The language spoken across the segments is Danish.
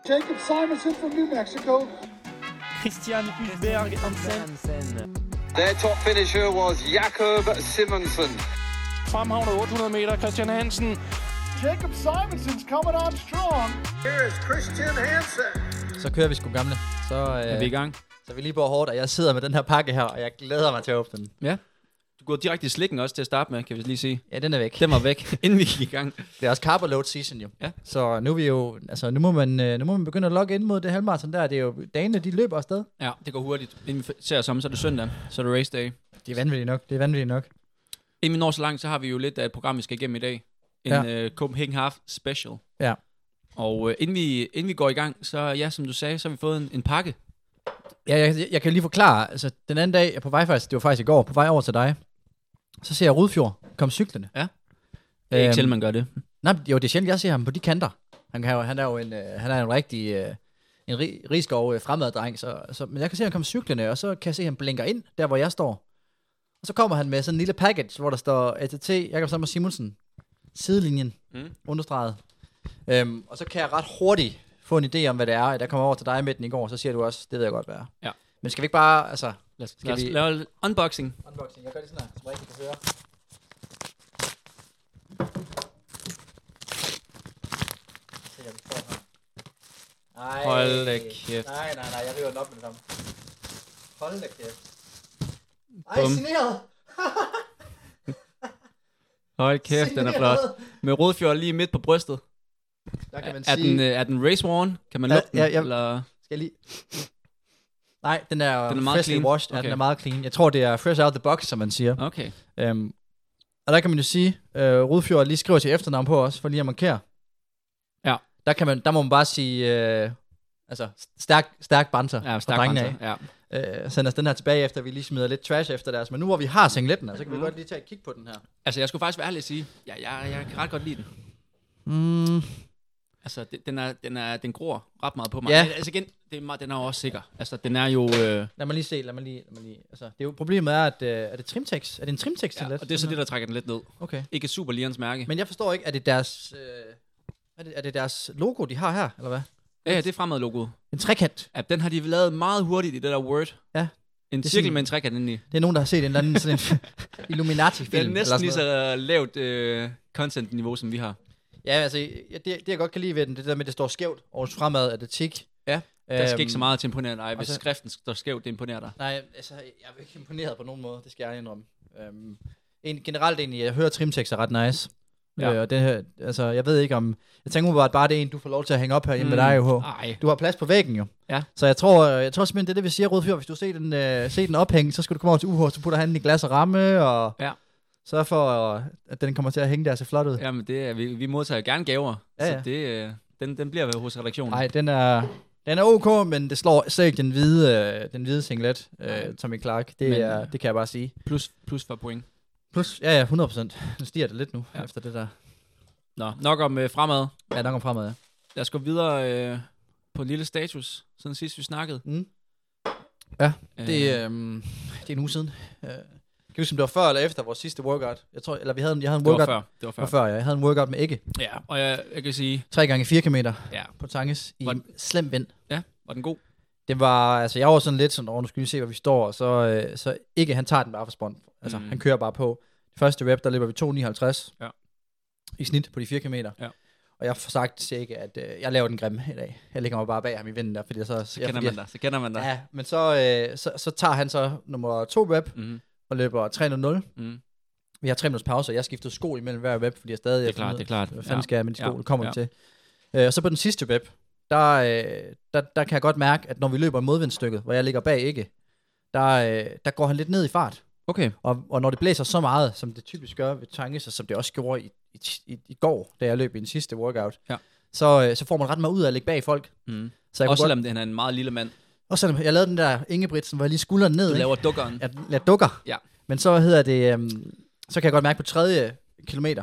Jacob Simonson from New Mexico. Christian Hulberg Hansen. Their top finisher was Jakob Simonsen. Fremhavnet 800 meter, Christian Hansen. Jacob Simonson's coming on strong. Here is Christian Hansen. Så kører vi sgu gamle. Så er vi i gang. Så er vi lige på hårdt, og jeg sidder med den her pakke her, og jeg glæder mig til at åbne den. Ja. Du går direkte i slikken også til at starte med, kan vi lige sige. Ja, den er væk. Den var væk, inden vi gik i gang. Det er også carb load season jo. Ja. Så nu er vi jo, altså nu må man begynde at logge ind mod det halvmarathon der. Det er jo dagene, de løber afsted. Ja, det går hurtigt. Inden vi ser os om, så er det søndag, så er det race day. Det er vanvittigt nok. Inden vi når så langt, så har vi jo lidt af et program, vi skal igennem i dag. En Copenhagen Half Special. Ja. Og inden vi går i gang, så ja, som du sagde, så har vi fået en pakke. Ja, jeg kan lige forklare. Altså, den anden dag, på vej faktisk, det var faktisk i går, på vej over til dig, så ser jeg Rudfjord komme cyklende. Ja. Det er ikke sjældent, man gør det. Nej, jo, det er sjældent, jeg ser ham på de kanter. Han er jo en rigtig Rigskov fremaddreng, men jeg kan se ham komme cyklende, og så kan jeg se ham blinker ind, der hvor jeg står. Og så kommer han med sådan en lille package, hvor der står ATT, Jakob Simonsen, sidelinjen, understreget. Og så kan jeg ret hurtigt få en idé om, hvad det er. Der kommer over til dig med den i går, så siger du også, det ved jeg godt, hvad er. Ja. Men skal vi ikke bare, altså... Lad os lave unboxing. Jeg gør det sådan her, som rigtig kan høre. Hold da kæft. Nej, jeg river den op med det samme. Hold da kæft. Ej, Bum. signeret! Hold kæft, den er flot. Med Rudfjord lige midt på brystet. Der kan man sige... Er den race worn? Kan man lukke den? Eller? Skal jeg lige... Nej, den er meget freshly clean. washed. Okay. Ja, den er meget clean. Jeg tror, det er fresh out the box, som man siger. Okay. Og der kan man jo sige, Rudfjord lige skriver til efternavn på os, for lige at markere. Ja. Der må man bare sige, altså, stærk banter. Ja, stærk banter. Ja. Send os den her tilbage, efter vi lige smider lidt trash efter deres. Men nu hvor vi har singletten, så kan vi godt lige tage et kig på den her. Altså, jeg skulle faktisk være ærlig at sige, jeg kan ret godt lide den. Altså, den gror ret meget på mig. Ja. Men, altså igen, den er jo også sikker. Altså, den er jo... Lad mig lige se. Altså, det er jo problemet er, at er det Trimtex? Er det en Trimtex? Ja, og det er så det, der trækker den lidt ned. Okay. Ikke super Lians mærke. Men jeg forstår ikke, er det deres... er det deres logo, de har her, eller hvad? Ja, det er fremad-logoet. En trekant. Ja, den har de lavet meget hurtigt i det der Word. Ja. En cirkel sådan, med en trekant indeni. Det er nogen, der har set en eller anden sådan en Illuminati-film. Det er næsten lige så lavt content-niveau, som vi har. Ja, altså, det jeg godt kan lide ved den, det der med, at det står skævt over fremad atletik. Ja, der skal ikke så meget til imponere dig. Hvis så, skriften står skævt, det imponerer dig. Nej, altså, jeg er ikke imponeret på nogen måde, det skal jeg indrømme. Generelt egentlig, jeg hører Trimtex er ret nice. Ja. Og det her, altså, jeg ved ikke om... Jeg tænker bare, det er en, du får lov til at hænge op her hjemme med dig, jo. Du har plads på væggen, jo. Ja. Så jeg tror simpelthen, det er det, vi siger, Rudfjord. Hvis du ser den ophænge, så skal du komme over til UH, så putter han den i glas og ramme, og sørg for, at den kommer til at hænge der så flot ud. Jamen, vi modtager gerne gaver, så den bliver hos redaktionen. Nej, den er ok, men det slår selv den hvide singlet, Tommy Clark. Det kan jeg bare sige. Plus for point. Plus, ja, 100%. Nu stiger det lidt nu, efter det der. Nå, nok om fremad. Ja, nok om fremad, ja. Lad os gå videre på en lille status, siden sidst vi snakkede. Ja, det er en uge siden. Kan du huske, om det var før eller efter vores sidste workout? Jeg tror, eller jeg havde en workout. Det var før. Ja. Jeg havde en workout med Ikke. Ja, og jeg kan sige... 3 gange 4 kilometer på Tanges i slem vind. Ja, var den god? Det var, altså jeg var sådan lidt sådan, nu skal vi se, hvor vi står, og så Ikke, han tager den bare for spånd. Altså, han kører bare på. Det første rep, der løber vi 2,59 i snit på de 4 kilometer. Ja. Og jeg får sagt til Ikke, at jeg laver den grimme i dag. Jeg lægger mig bare bag ham i vinden der, fordi så kender man dig. Ja, men så tager han så nummer 2 rep, og løber 3:00. Vi har 3 minutters pause, og jeg skiftede sko imellem hver rep, fordi jeg stadig... Det er klart. Hvad fanden skal jeg med de sko, det kommer til. Og så på den sidste rep, der kan jeg godt mærke, at når vi løber i modvindstykket, hvor jeg ligger bag Ikke, der går han lidt ned i fart. Okay. Og når det blæser så meget, som det typisk gør ved Tanges, og som det også gjorde i går, da jeg løb i den sidste workout, så får man ret meget ud af at ligge bag folk. Så jeg også selvom han er en meget lille mand. Og selvom jeg lavede den der Ingebrigtsen, hvor jeg lige skulderen ned. Du laver dukkeren. Jeg dukker. Ja. Men så så kan jeg godt mærke på 3. kilometer,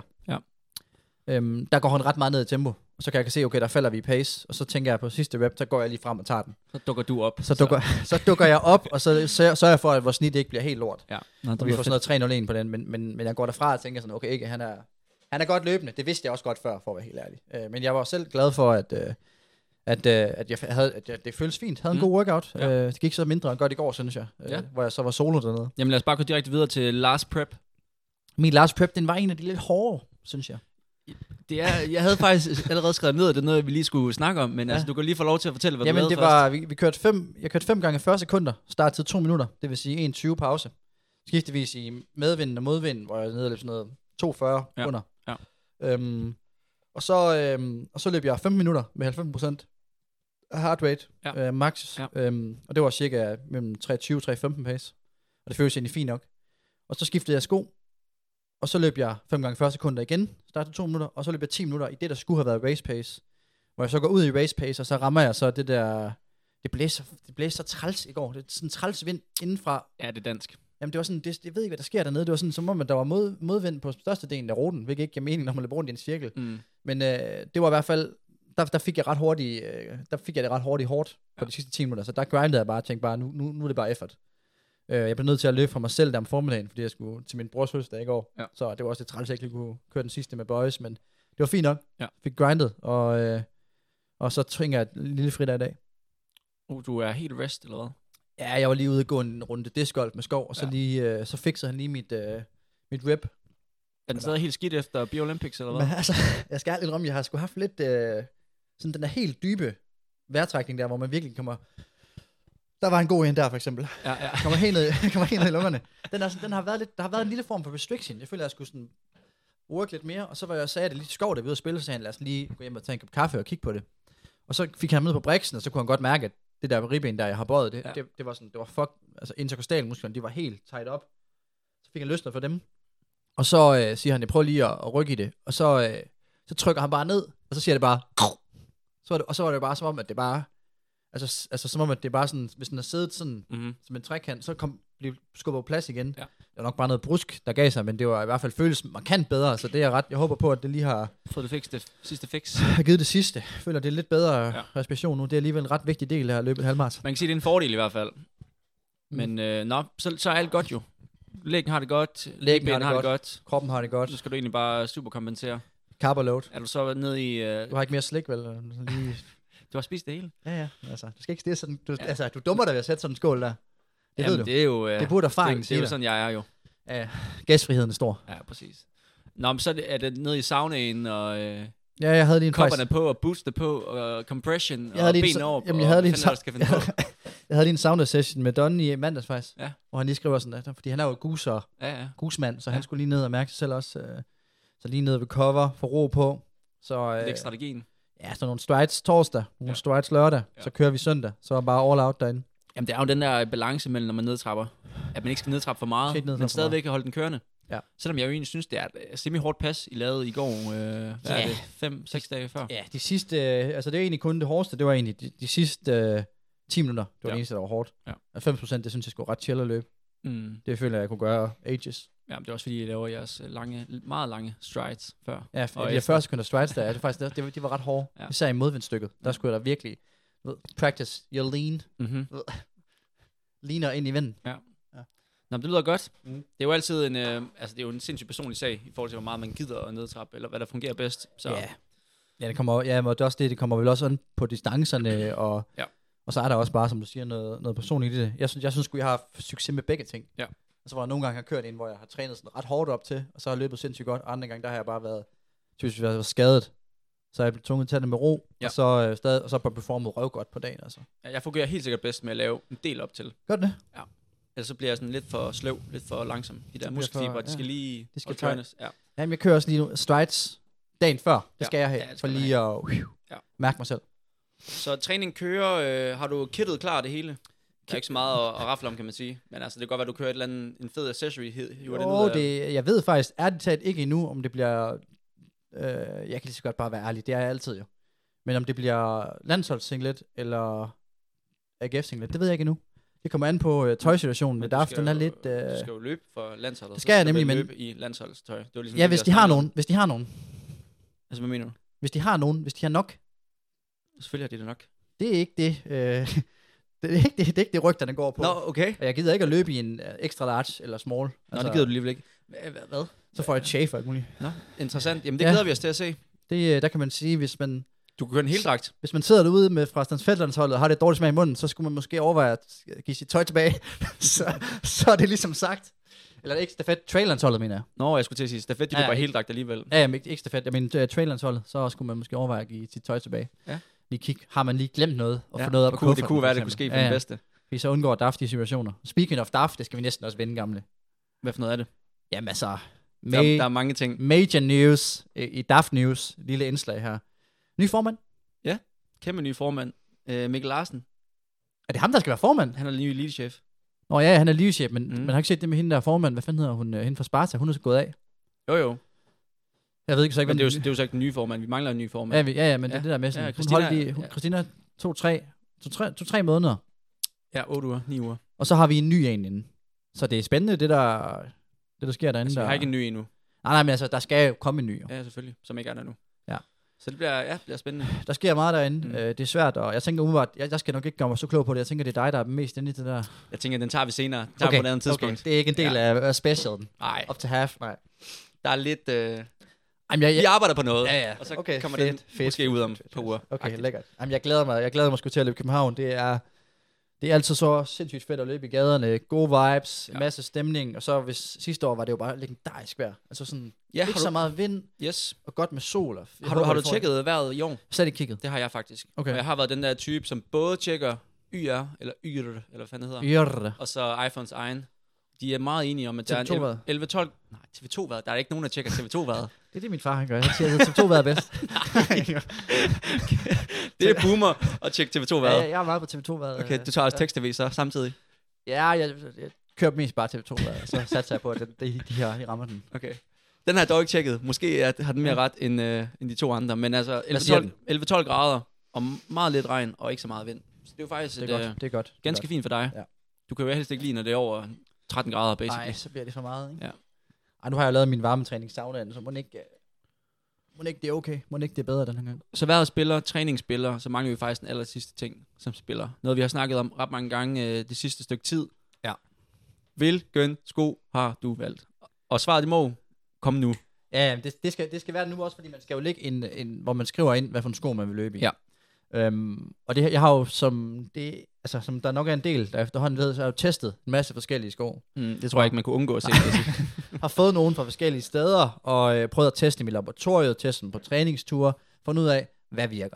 der går han ret meget ned i tempo. Og så kan jeg se, okay, der falder vi i pace. Og så tænker jeg på sidste rep, så går jeg lige frem og tager den. Så dukker du op. Så dukker jeg op, og så sørger jeg for, at vores snit ikke bliver helt lort. Ja. Og vi får sådan noget 3:01 på den. Men jeg går derfra og tænker sådan, okay, Ikke, han er godt løbende. Det vidste jeg også godt før, for at være helt ærlig. Men jeg var selv glad for, at det føles fint. Havde en god workout. Ja. Det gik så mindre godt i går, synes jeg. Hvor jeg så var solo dernede. Jamen lad os bare gå direkte videre til last prep. Min last prep, den var en af de lidt hårde, synes jeg. Jeg havde faktisk allerede skrevet ned, at det er noget, vi lige skulle snakke om, men altså, du kan lige få lov til at fortælle, hvad du lavede først. Vi kørte jeg kørte 5 gange 40 sekunder, starttid 2 minutter, det vil sige 21 pause. Skiftevis i medvind og modvind, hvor jeg nede lidt sådan noget 240 under. Ja. Og så løb jeg 5 minutter med 90% heart rate, max. Ja. Og det var cirka mellem 320 og 315 pace. Og det føles egentlig fint nok. Og så skiftede jeg sko, og så løb jeg 5 gange 40 sekunder igen, startede 2 minutter, og så løb jeg 10 minutter i det, der skulle have været race pace. Hvor jeg så går ud i race pace, og så rammer jeg så det der... Det blæser så træls i går. Det er sådan en træls vind indenfra. Ja, det er dansk. Jamen det var sådan, jeg ved ikke, hvad der sker dernede. Det var sådan, som om, at der var modvind på størstedelen af ruten, hvilket ikke giver mening, når man løber rundt i en cirkel. Men det var i hvert fald, der fik jeg det ret hurtigt hårdt på de sidste 10 minutter. Så der grindede jeg bare og tænkte bare, nu er det bare effort. Jeg blev nødt til at løbe fra mig selv der om formiddagen, fordi jeg skulle til min brors fødselsdag i går. Ja. Så det var også lidt træls, at jeg ikke kunne køre den sidste med boys, men det var fint nok. Ja. Fik grindet, og så tvinger jeg et lille fridag i dag. Du er helt rest, eller hvad? Ja, jeg var lige ude og gå en runde discgolf med Skov, og så så fixede han lige mit rib. Er den stadig helt skidt efter Biolympics, eller hvad? Men altså, jeg skal ærligt om, jeg har sgu haft lidt sådan den der helt dybe vejrtrækning der, hvor man virkelig kommer... Der var en god en der, for eksempel. Ja. Kommer helt ned i lungerne. Der har været en lille form for restriction. Jeg føler, at jeg skulle sådan work lidt mere, og så var jeg sagde, at det lidt Skov, der ved at spille, så sagde han, lad os lige gå hjem og tage en kop kaffe og kigge på det. Og så fik han med på briksen, og så kunne han godt mærke, at det der ribben, der jeg har bøjet, det var sådan, det var altså interkostalmusklerne, de var helt tight up. Så fik han løsnet for dem. Og så siger han, jeg prøver lige at rykke i det. Og så trykker han bare ned, og så siger det bare, så var det bare som om, at det bare, altså som om, at det er bare sådan, hvis den har siddet sådan, som en trækant, så blev skubbet på plads igen. Ja. Det var nok bare noget brusk, der gav sig, men det var i hvert fald føles markant bedre, så det er jeg håber på, at det lige har... Fået det sidste fix. Har givet det sidste. Jeg føler, det er lidt bedre respiration nu. Det er alligevel en ret vigtig del af at løbe et halvmarathon. Man kan sige, det er en fordel i hvert fald. Men så er alt godt jo. Læggen har det godt, læggen har det godt, kroppen har det godt. Så skal du egentlig bare superkompensere. Carb og load. Er du så nede i... Du har ikke mere slik, vel? Du har spist det hele. Ja, altså. Du skal ikke stige sådan... Du dummer dig ved at sætte sådan en skål der. Det ved du. Det er jo... det burde erfaring. Det er jo sådan, jeg er jo. Ja, gasfriheden er stor. Ja, præcis. Nå, men så er det nede i saunaen og... Ja, jeg havde lige en kopperne på, og booster på, og compression, og ben over. Jamen, jeg havde lige en sauna session med Don i mandags faktisk, hvor han lige skriver sådan, fordi han er jo gusmand, så han skulle lige ned og mærke sig selv også. Så lige ned ved cover, få ro på. Så læg strategien. Ja, så nogle strides torsdag, nogle strides lørdag, så kører vi søndag, så er bare all out derinde. Jamen, det er jo den der balance mellem, når man nedtrapper, at man ikke skal nedtrappe for meget, men stadigvæk kan holde den kørende. Ja. Selvom jeg jo egentlig synes, det er et semi-hårdt pas, I lavede i går, hvad er det, 5-6 dage før? Ja, de sidste, altså det er egentlig kun det hårdeste, det var egentlig de sidste 10 minutter, det var det eneste, der var hårdt. Ja. 90%, det synes jeg skulle ret chill at løbe. Det føler jeg kunne gøre ages. Ja, det er også fordi, I laver jeres meget lange strides før. Ja, de 40 sekunder strides der, det faktisk, de var ret hårde. Ja. Især i modvindstykket, der skulle jeg da virkelig practice your lean. Leaner ind i vinden. Ja. Nå, det lyder godt. Det er jo altid en, det er jo en sindssygt personlig sag, i forhold til, hvor meget man gider at nedtrappe, eller hvad der fungerer bedst. Så. Ja, det kommer vel også an på distancerne, og så er der også bare, som du siger, noget personligt i det. Jeg synes jeg har haft succes med begge ting. Ja. Og så var der nogle gange, jeg har kørt ind, hvor jeg har trænet sådan ret hårdt op til, og så har jeg løbet sindssygt godt. Andre gange, der har jeg bare været skadet. Så jeg blev tvunget til at tage det med ro, og så på performet røv godt på dagen. Altså. Ja, jeg fungerer helt sikkert bedst med at lave en del op til. Gør det? Ja. Ellers så bliver jeg sådan lidt for sløv, lidt for langsom. De der muskelfiber, de skal lige trænes. Ja. Jamen, jeg kører også lige strides dagen før. Det skal jeg have, for lige at mærke mig selv. Så træning kører, har du kittet klar det hele? Der er ikke så meget at rafle om, kan man sige. Men altså, det kan godt være, du kører et eller andet, en fed accessory. Jeg ved faktisk ærligt talt ikke endnu, om det bliver... jeg kan lige så godt bare være ærlig, det er jeg altid jo. Men om det bliver landsholdssinglet eller AGF singlet, det ved jeg ikke endnu. Det kommer an på tøjsituationen, men der den er lidt... Du skal jo løbe for landsholdet. Det skal jeg nemlig, men... løbe i landsholdstøj. Det var ligesom ja, hvis de har nogen. Hvis de har nogen. Altså, hvad mener du? Hvis de har nogen. Hvis de har nok. Selvfølgelig har de det nok. Det er ikke det. Det er ikke det rygterne går på. Nå, okay. Og jeg gider ikke at løbe i en extra large eller small. Nå, det gider du alligevel ikke. Hvad? Så får jeg et chafe og alt muligt. Nå, interessant. Jamen, det glæder vi os til at se. Der kan man sige, hvis man Du kan køre en hel dragt. Hvis man sidder derude med fra Stansfeldlandsholdet og har det dårligt smag i munden, så skulle man måske overveje at give sit tøj tilbage. så er det ligesom sagt. Eller ikke stafet, traillandsholdet, mener jeg. Nå, jeg skulle til at sige, stafet, de var bare helt dragt alligevel. Ja, men ikke stafet, jeg mener traillandsholdet, så skulle man måske overveje at give sit tøj tilbage. Ja. Har man lige glemt noget, og få noget op på kufferten? Det kunne være, det kunne ske for den bedste. Vi så undgår daft i situationer. Speaking of daft, det skal vi næsten også vende, gamle. Hvad for noget er det? Jamen altså, der er mange ting. Major news i Daft News, lille indslag her. Ny formand? Ja, kæmpe ny formand. Mikkel Larsen. Er det ham, der skal være formand? Han er ny elitechef. Nå ja, han er elitechef, men man har ikke set det med hende der formand. Hvad fanden hedder hun? Hende fra Sparta, hun er så gået af. Jo. Jeg ved ikke så ikke, men det er jo så ikke den nye formand. Vi mangler en ny formand. Ja, men det er det der med sådan. Christina to-tre måneder. Ja, 8 uger, 9 uger. Og så har vi en ny en inden. Så det er spændende, det der sker derinde. Altså, vi har ikke en ny endnu. Nej, men altså, der skal jo komme en ny. Jo. Ja, selvfølgelig. Som ikke er der nu. Ja. Så det bliver spændende. Der sker meget derinde. Det er svært, og jeg tænker umiddelbart, jeg skal nok ikke gøre mig så klog på det. Jeg tænker, det er dig, der er mest inde i det der. Jeg tænker, den tager vi senere. På et andet tidspunkt. Okay. Det er ikke en del af specialen. Nej. Up to half, nej. Der er lidt... Vi arbejder på noget, ja. Og så kommer det måske ud om på uger. Okay, lækkert. Jamen, jeg glæder mig sgu til at løbe København. Det er altid så sindssygt fedt at løbe i gaderne. Gode vibes, masse stemning. Og så hvis sidste år var det jo bare legendarisk vejr. Altså sådan, ikke så meget vind, og godt med sol. Har du tjekket vejret i år? Slet ikke kigget. Det har jeg faktisk. Okay. Og jeg har været den der type, som både tjekker YR, eller hvad fanden det hedder. Og så iPhones egen. De er meget enige om, at der er en 11-12... Nej, TV2-vejret. Der er ikke nogen, der tjekker TV2-vejret. Det er det, min far han gør. Han siger, at TV2-vejret er bedst. Det er boomer at tjekke TV2-vejret. Ja, jeg er meget på TV2-vejret. Okay, du tager også tekst-tv så samtidig? Ja, jeg kører mest bare TV2-vejret, så satser jeg på, at de rammer den. Okay. Den har jeg dog ikke tjekket. Måske har den mere ret end de to andre. Men altså 11-12 grader, og meget lidt regn, og ikke så meget vind. Så det er jo faktisk det er godt. Ganske fint for dig. Ja. Du kan jo helst ikke lide, når det er over 13 grader, basically. Nej, så bliver det for meget, ikke? Ja. Ej, nu har jeg lavet min varmetræning saunaen, så må ikke det er okay. Må ikke det er bedre den her gang. Så vejret spiller, træningsspiller, så mangler vi faktisk den aller sidste ting, som spiller. Noget, vi har snakket om ret mange gange det sidste stykke tid. Ja. Hvilken sko har du valgt? Og svaret, det må komme nu. Ja, det skal være nu også, fordi man skal jo lægge hvor man skriver ind, hvad for en sko man vil løbe i. Ja. Og det, jeg har jo som der nok er en del, der efterhånden ved, så har jeg jo testet en masse forskellige sko. Det tror jeg ikke, man kunne undgå at se. Har fået nogen fra forskellige steder, og prøvet at teste dem i laboratoriet, teste dem på træningsture, fundet ud af, hvad virker.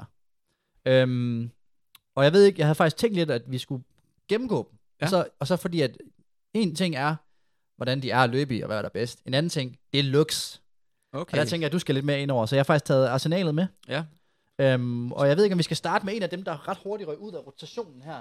Og jeg ved ikke, jeg havde faktisk tænkt lidt, at vi skulle gennemgå dem. Ja. Og så fordi, at en ting er, hvordan de er at løbe i, og hvad er der bedst. En anden ting, det er looks. Okay. Og der tænker jeg, at du skal lidt mere ind over, så jeg har faktisk taget arsenalet med. Ja. Og jeg ved ikke, om vi skal starte med en af dem, der ret hurtigt røg ud af rotationen her.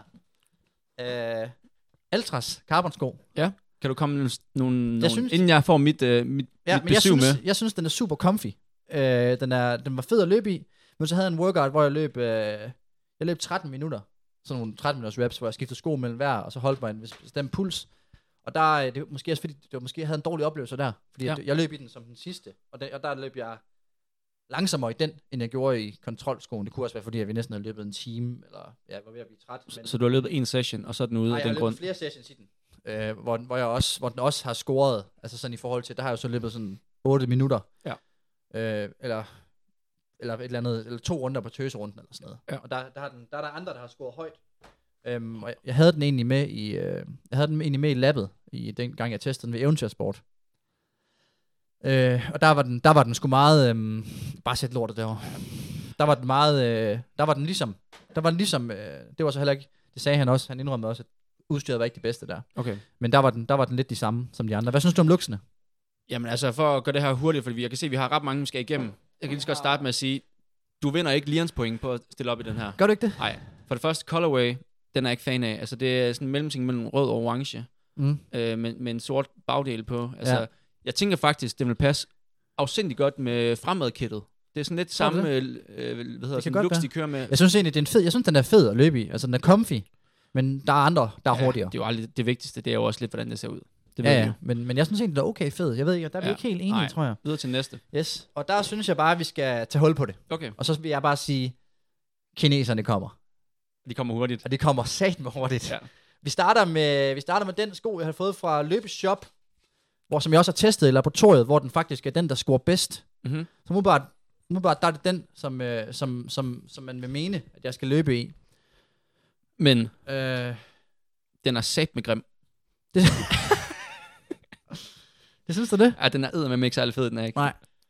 Altras carbonsko. Ja. Kan du komme med nogle inden jeg får mit besøg med? Jeg synes, den er super comfy. Den var fed at løbe i, men så havde jeg en workout, hvor jeg løb 13 minutter. Sådan nogle 13 minutters reps, hvor jeg skiftede sko mellem hver, og så holdt mig en bestemt puls. Og der, det var måske også fordi, jeg havde en dårlig oplevelse der. Fordi jeg løb i den som den sidste, og der løb jeg langsommere i den, end jeg gjorde i kontrolskoen. Det kunne også være, fordi vi næsten havde løbet en time, eller var ved at blive træt. Men... Så du har løbet en session, og så er den ude af den grund? Nej, jeg har løbet flere sessions i den, hvor den også har scoret, altså sådan i forhold til, der har jeg jo så løbet sådan 8 minutter. Ja. Eller et eller andet, eller 2 runder på tøserunden, eller sådan noget. Ja. Og der er der andre, der har scoret højt. Og jeg havde den egentlig med i labbet, i den gang jeg testede den ved Eventyrsport. Og der var den sgu meget bare sæt lortet derovre. Der var den ligesom det var så heller ikke, det sagde han også, han indrømmede også, at udstyret var ikke det bedste der. Okay. Men der var den lidt de samme som de andre. Hvad synes du om looksene? Jamen altså, for at gøre det her hurtigt, fordi jeg kan se, at vi har ret mange, vi skal igennem. Jeg kan lige så godt starte med at sige, du vinder ikke Lians point på at stille op i den her. Gør du ikke det? Nej. For det første, colorway, den er jeg ikke fan af. Altså, det er sådan en mellemting mellem rød og orange. Med en sort bagdel på. Altså, jeg tænker faktisk, det vil passe afsindigt godt med fremadkittet. Det er sådan lidt samme, looks, de kører med. Jeg synes egentlig, den er fed at løbe i. Altså, den er comfy. Men der er andre, der er hurtigere. Det er jo aldrig det vigtigste. Det er jo også lidt, hvordan det ser ud. Det ved men jeg synes egentlig, det er okay fed. Jeg ved ikke, der er vi ikke helt enige, tror jeg. Videre til næste. Yes. Og der synes jeg bare, at vi skal tage hul på det. Okay. Og så vil jeg bare sige, kineserne kommer. De kommer hurtigt. Og de kommer satme hurtigt. Ja. Vi starter med den sko, jeg har fået fra Løbeshop, som jeg også har testet i laboratoriet, hvor den faktisk er den, der scorer bedst. Mm-hmm. Så må bare umiddelbart, der er det den, som man vil mene, at jeg skal løbe i. Men den er sat med grim. Det synes du det? Ja, den er eddermame ikke særlig fed, den er ikke. Nej.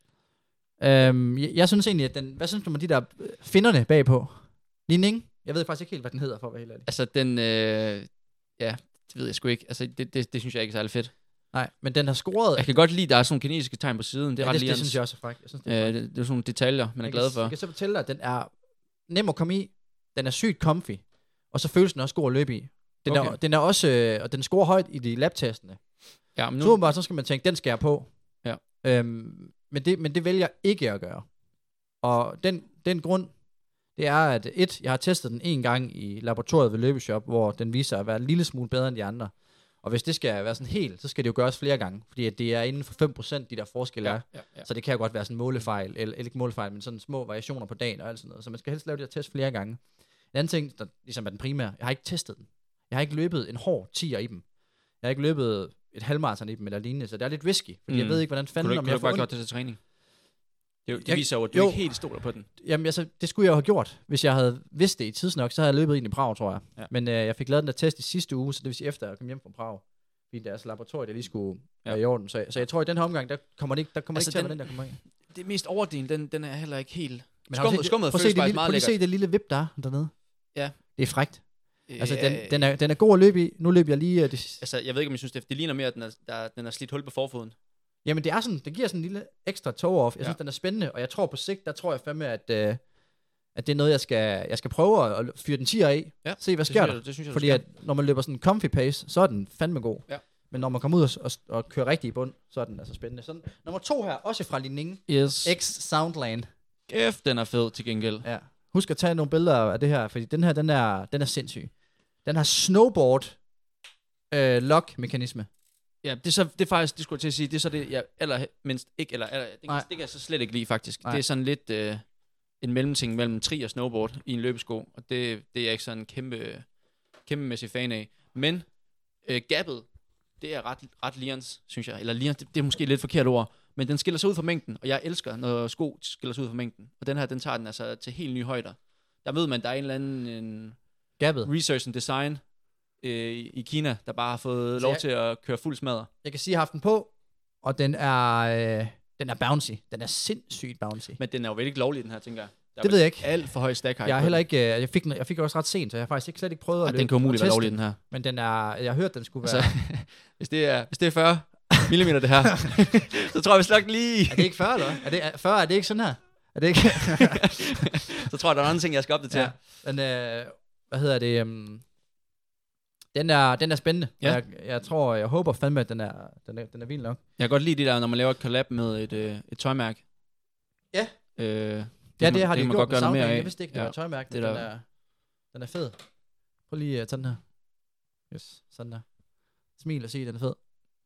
Jeg synes egentlig, at hvad synes du om de der finderne bagpå? Li Ning? Jeg ved faktisk ikke helt, hvad den hedder, for at være helt ærlig. Altså, den... ja, det ved jeg sgu ikke. Altså, det synes jeg ikke er særlig fedt. Nej, men den har scoret... Jeg kan godt lide, at der er sådan nogle kinesiske tegn på siden. Det er ret det synes jeg også faktisk. Jeg synes, det er det er sådan nogle detaljer, man er glad for. Jeg kan så fortælle dig, at den er nem at komme i. Den er sygt comfy. Og så føles den også god at løbe i. Den er også... og den scorer højt i de labtestene. Ja, men nu... Så skal man tænke, den skal jeg på. Ja. Men det vælger jeg ikke at gøre. Og den grund, det er, at jeg har testet den en gang i laboratoriet ved Løbeshop, hvor den viser at være en lille smule bedre end de andre. Og hvis det skal være sådan helt, så skal det jo gøres flere gange, fordi at det er inden for 5%, de der forskelle er. Ja. Så det kan jo godt være sådan målefejl, eller ikke målefejl, men sådan små variationer på dagen og alt sådan noget. Så man skal helst lave de her test flere gange. En anden ting, der ligesom er den primære, jeg har ikke testet den. Jeg har ikke løbet en hård 10'er i dem. Jeg har ikke løbet et halvmarathon i dem eller lignende, så det er lidt risky, fordi jeg ved ikke, hvordan fanden... Kunne du bare gjort det til træning? Det viser jo, at du ikke helt stoler på den. Jamen altså, det skulle jeg jo have gjort. Hvis jeg havde vidst det i tidsnok, så havde jeg løbet ind i Prag, tror jeg. Ja. Men jeg fik lavet den der test i sidste uge, så det vil sige efter jeg kom hjem fra Prag. Fordi deres laboratorium, der lige skulle være i orden. Så jeg tror, i den her omgang, der kommer det ikke, ikke til at være den, der kommer ind. Det mest overdelen, den er heller ikke helt... Skummet føles faktisk meget lækkert. Prøv lige se det lille vip, der er dernede. Ja. Det er frækt. Altså, den er god at løbe i. Nu løber jeg lige... Altså, jeg ved ikke, om jeg synes, det ligner mere, at den er slidt hul på forfoden. Jamen, det er sådan, det giver sådan en lille ekstra toe-off. Jeg synes, den er spændende, og jeg tror på sigt, der tror jeg fandme, at det er noget, jeg skal prøve at fyre den 10'er af. Ja, se, hvad sker der. Det synes jeg, fordi at, når man løber sådan en comfy pace, så er den fandme god. Ja. Men når man kommer ud og kører rigtig i bund, så er den altså spændende. Sådan, nummer 2 her, også fra Li Ning. Yes. X Soundland. Den er fed til gengæld. Ja. Husk at tage nogle billeder af det her, fordi den her, den er sindssyg. Den har snowboard lock-mekanisme. Ja, det er faktisk, det skulle jeg til at sige, det er så det, jeg allermindst ikke, det kan jeg så slet ikke lide faktisk. Nej. Det er sådan lidt en mellemting mellem tri og snowboard i en løbesko, og det er jeg ikke sådan en kæmpemæssig fan af. Men gappet, det er ret lirens, synes jeg. Eller lirens, det er måske et lidt forkert ord, men den skiller sig ud fra mængden, og jeg elsker, når sko skiller sig ud fra mængden. Og den her, den tager den altså til helt nye højder. Der ved man, der er en eller anden research and design i Kina, der bare har fået lov til at køre fuld smadre. Jeg kan sige, at jeg har haft den på, og den er bouncy. Den er sindssygt bouncy. Men den er jo vel ikke lovlig, den her, tænker jeg. Det ved jeg ikke. Alt for høj stack height. Jeg er heller ikke, jeg fik også ret sent, så jeg har faktisk slet ikke prøvet at løbe. Den kan umuligt være lovlig, den her. Men den er, jeg har hørt, den skulle være... Altså, hvis det er 40 millimeter, det her, så tror jeg, vi slår lige... Er det ikke 40, eller hvad? Er det 40, er det ikke sådan her? Er det ikke? Så tror jeg, der er andre ting, jeg skal opdatere. Ja. Men, hvad hedder det... Den er spændende. Ja. Jeg håber fandme, at den er vild nok. Jeg kan godt lide det der, når man laver et collab med et tøjmærke. Ja. Det har de gjort med Soundland. Jeg vidste ikke, det var et tøjmærke. Den er fed. Prøv lige at tage den her. Yes, sådan der. Smil og sig, den er fed.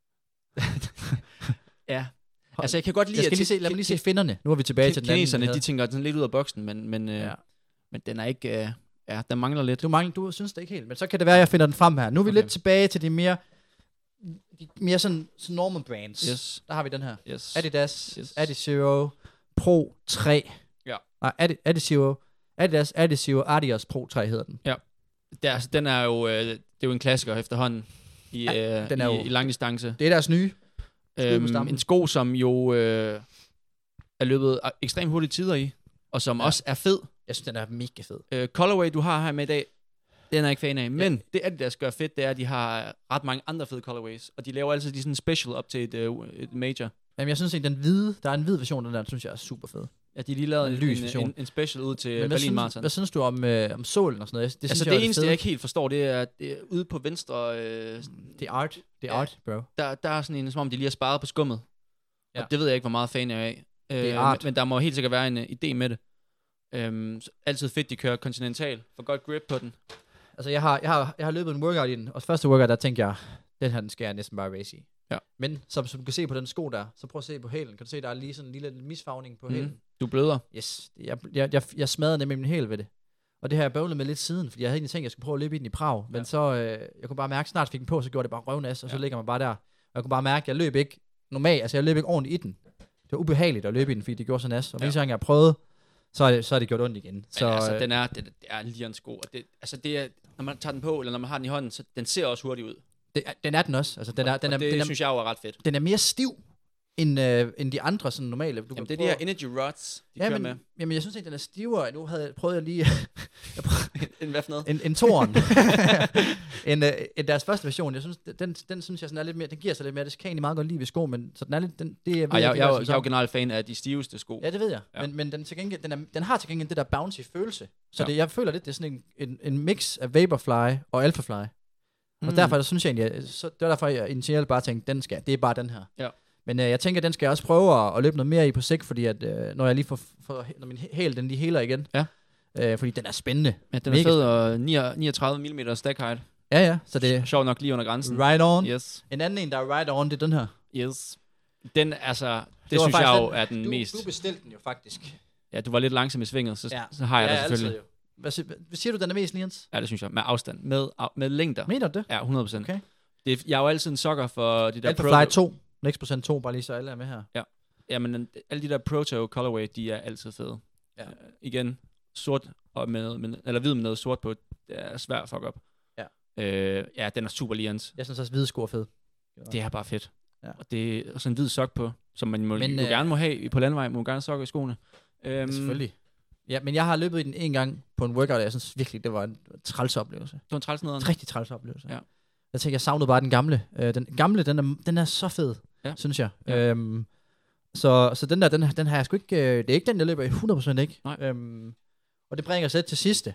Ja. Altså, jeg kan godt lide... Lad mig lige se finderne. Nu er vi tilbage til den anden. Kineserne, de tænker sådan lidt ud af boksen, men den er ikke... der mangler lidt. Du synes det ikke helt, men så kan det være, at jeg finder den frem her. Nu er vi lidt tilbage til de mere sådan normal brands. Yes. Der har vi den her. Yes. Adidas, yes. Adizero Pro 3. Ja. Nej, Adidas Adizero Adios Pro 3 hedder den. Ja. Den er jo, det er jo en klassiker efterhånden i langdistance. Det er deres nye. En sko, som jo er løbet ekstremt hurtige tider i, og som også er fed. Jeg synes, den er mega fed. Colorway, du har her med i dag, den er jeg ikke fan af. Men det Adidas gør fedt, det er, at de har ret mange andre fede colorways. Og de laver altid de sådan special op til et major. Jamen, jeg synes ikke, den hvide, der er en hvid version, den synes jeg er super fed. Ja, de lige lavet en special ud til Berlin Marathon. Hvad synes du om sålen og sådan noget? Det eneste, jeg ikke helt forstår, det er ude på venstre... det er art, bro. Der er sådan en, som om de lige har sparet på skummet. Ja. Og det ved jeg ikke, hvor meget fan jeg er af. Det er art. Men der må helt sikkert være en idé med det. Altid fedt, de kører Continental. For godt grip på den. Altså, jeg har løbet en workout i den, og første workout, der tænkte jeg, den skal jeg næsten bare race i. Ja. Men som du kan se på den sko der, så prøv at se på hælen. Kan du se, der er lige sådan en lille misfarvning på hælen? Du bløder. Yes. Jeg smadrede nemlig min hæl ved det. Og det har jeg bøvlet med lidt siden, fordi jeg havde egentlig tænkt, at jeg skulle prøve at løbe i den i Prag. Men så, jeg kunne bare mærke, snart fik den på, så gjorde det bare røvnæs, og så ligger man bare der. Og jeg kunne bare mærke, at jeg løb ikke normalt, altså jeg løb ikke ordentligt i den. var ubehageligt at løbe i den, fordi det gjorde så nas. Og hver gang jeg har prøvet, så er det gjort ondt igen. Så, altså, det er en Lions sko, og det er, når man tager den på, eller når man har den i hånden, så den ser også hurtigt ud. Den er den også. Altså, den synes jeg jo er ret fedt. Den er mere stiv, end de andre sådan normale. Jamen, det er de her energy rods, de kører med. Jamen, jeg synes ikke, den er stivere. Nu prøvede jeg lige... en hvad for noget? En toren. en deres første version. Jeg synes, den synes jeg sådan er lidt mere... Den giver sig lidt mere. Det kan jeg egentlig meget godt lide ved sko, men så den er lidt... Jeg er jo generelt fan af de stiveste sko. Ja, det ved jeg. Ja. Men den, til gengæld, den har til gengæld det der bouncy følelse. Så jeg føler lidt, det er sådan en mix af Vaporfly og Alphafly. Og derfor synes jeg egentlig... det var derfor, jeg initialt bare tænkte, det er bare den her. Ja. Men jeg tænker, den skal jeg også prøve at løbe noget mere i på sigt, fordi at, når jeg lige når min hæl, den lige heler igen. Ja. Fordi den er spændende. Ja, den er fed, og 39 mm stack height. Ja, så det er... Sjovt nok lige under grænsen. Right on. Yes. En anden en, der er right on, det er den her. Yes. Den, altså... Det synes jeg jo er den mest... Du bestilte den jo faktisk. Ja, du var lidt langsom i svinget, så har jeg det selvfølgelig. Hvad siger du, den er mest, Lians? Ja, det synes jeg. Med afstand. Med længder. Mener du det? Ja, 100%. Okay. Jeg er jo altid en sokker for de der... Alphafly 2. Next% 2, bare lige så alle er med her. Ja, men alle de der Proto Colorway, de er altid fede. Ja. Igen, sort og eller hvid med noget sort på, det er svært at fuck op. Ja. Den er super Lians. Jeg synes også, hvide sko er fed. Det er bare fedt. Ja. Og det er sådan en hvid sok på, som man jo gerne må have på landevej, må gerne sokke i skoene. Selvfølgelig. Ja, men jeg har løbet i den en gang på en workout, og jeg synes virkelig, det var en træls oplevelse. Det var en træls nederen? Rigtig træls oplevelse. Ja. Jeg tænker, jeg savnede bare den gamle. Den gamle, den er så fed, synes jeg. Ja. Så den der, den har jeg sgu ikke... det er ikke den, jeg løber i 100% ikke. Og det bringer os til sidste.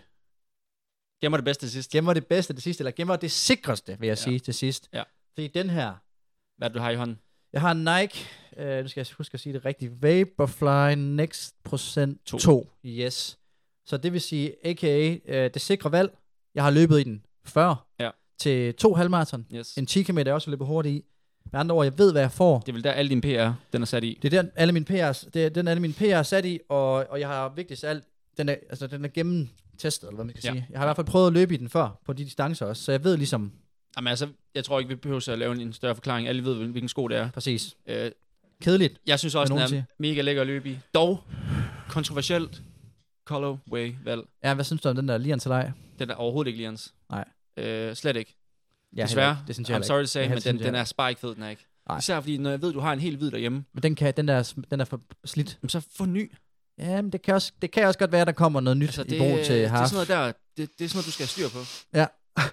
Gemmer det bedste til sidst. Gemmer det bedste til sidst, eller gemmer det sikreste, vil jeg sige, til sidst. Ja. Fordi den her... Hvad du har i hånden? Jeg har en Nike, nu skal jeg huske at sige det rigtigt, Vaporfly Next % 2. Yes. Så det vil sige, a.k.a. Det sikre valg. Jeg har løbet i den før. Ja. Til 2 halvmarathon. Yes. En 10 km er også løbet hurtigt i. Med andre ord, jeg ved, hvad jeg får. Det er vel der alle dine PR, den er sat i. Det er den alle mine PR er sat i, og jeg har vigtigst alt, den er gennemtestet, eller hvad man skal sige. Jeg har i hvert fald prøvet at løbe i den før, på de distancer også, så jeg ved ligesom... Jamen altså, jeg tror ikke, vi behøver at lave en større forklaring. Alle ved, hvilken sko det er. Præcis. Kedeligt. Jeg synes også, den er mega lækker at løbe i. Dog, kontroversielt colorway-valg. Ja, hvad synes du om den der Lians eller ej? Den er overhovedet ikke Lians. Nej. Slet ikke. Ja, desværre. Det synes jeg I'm sorry to say, men den er bare ikke fed, den er ikke. Nej. Især fordi, når jeg ved, du har en helt hvid derhjemme. Men den er for slidt. Så få ny. Ja, men det kan også godt være, at der kommer noget nyt i brug til Half. Det er sådan noget der, det er sådan noget, du skal have styr på. Ja.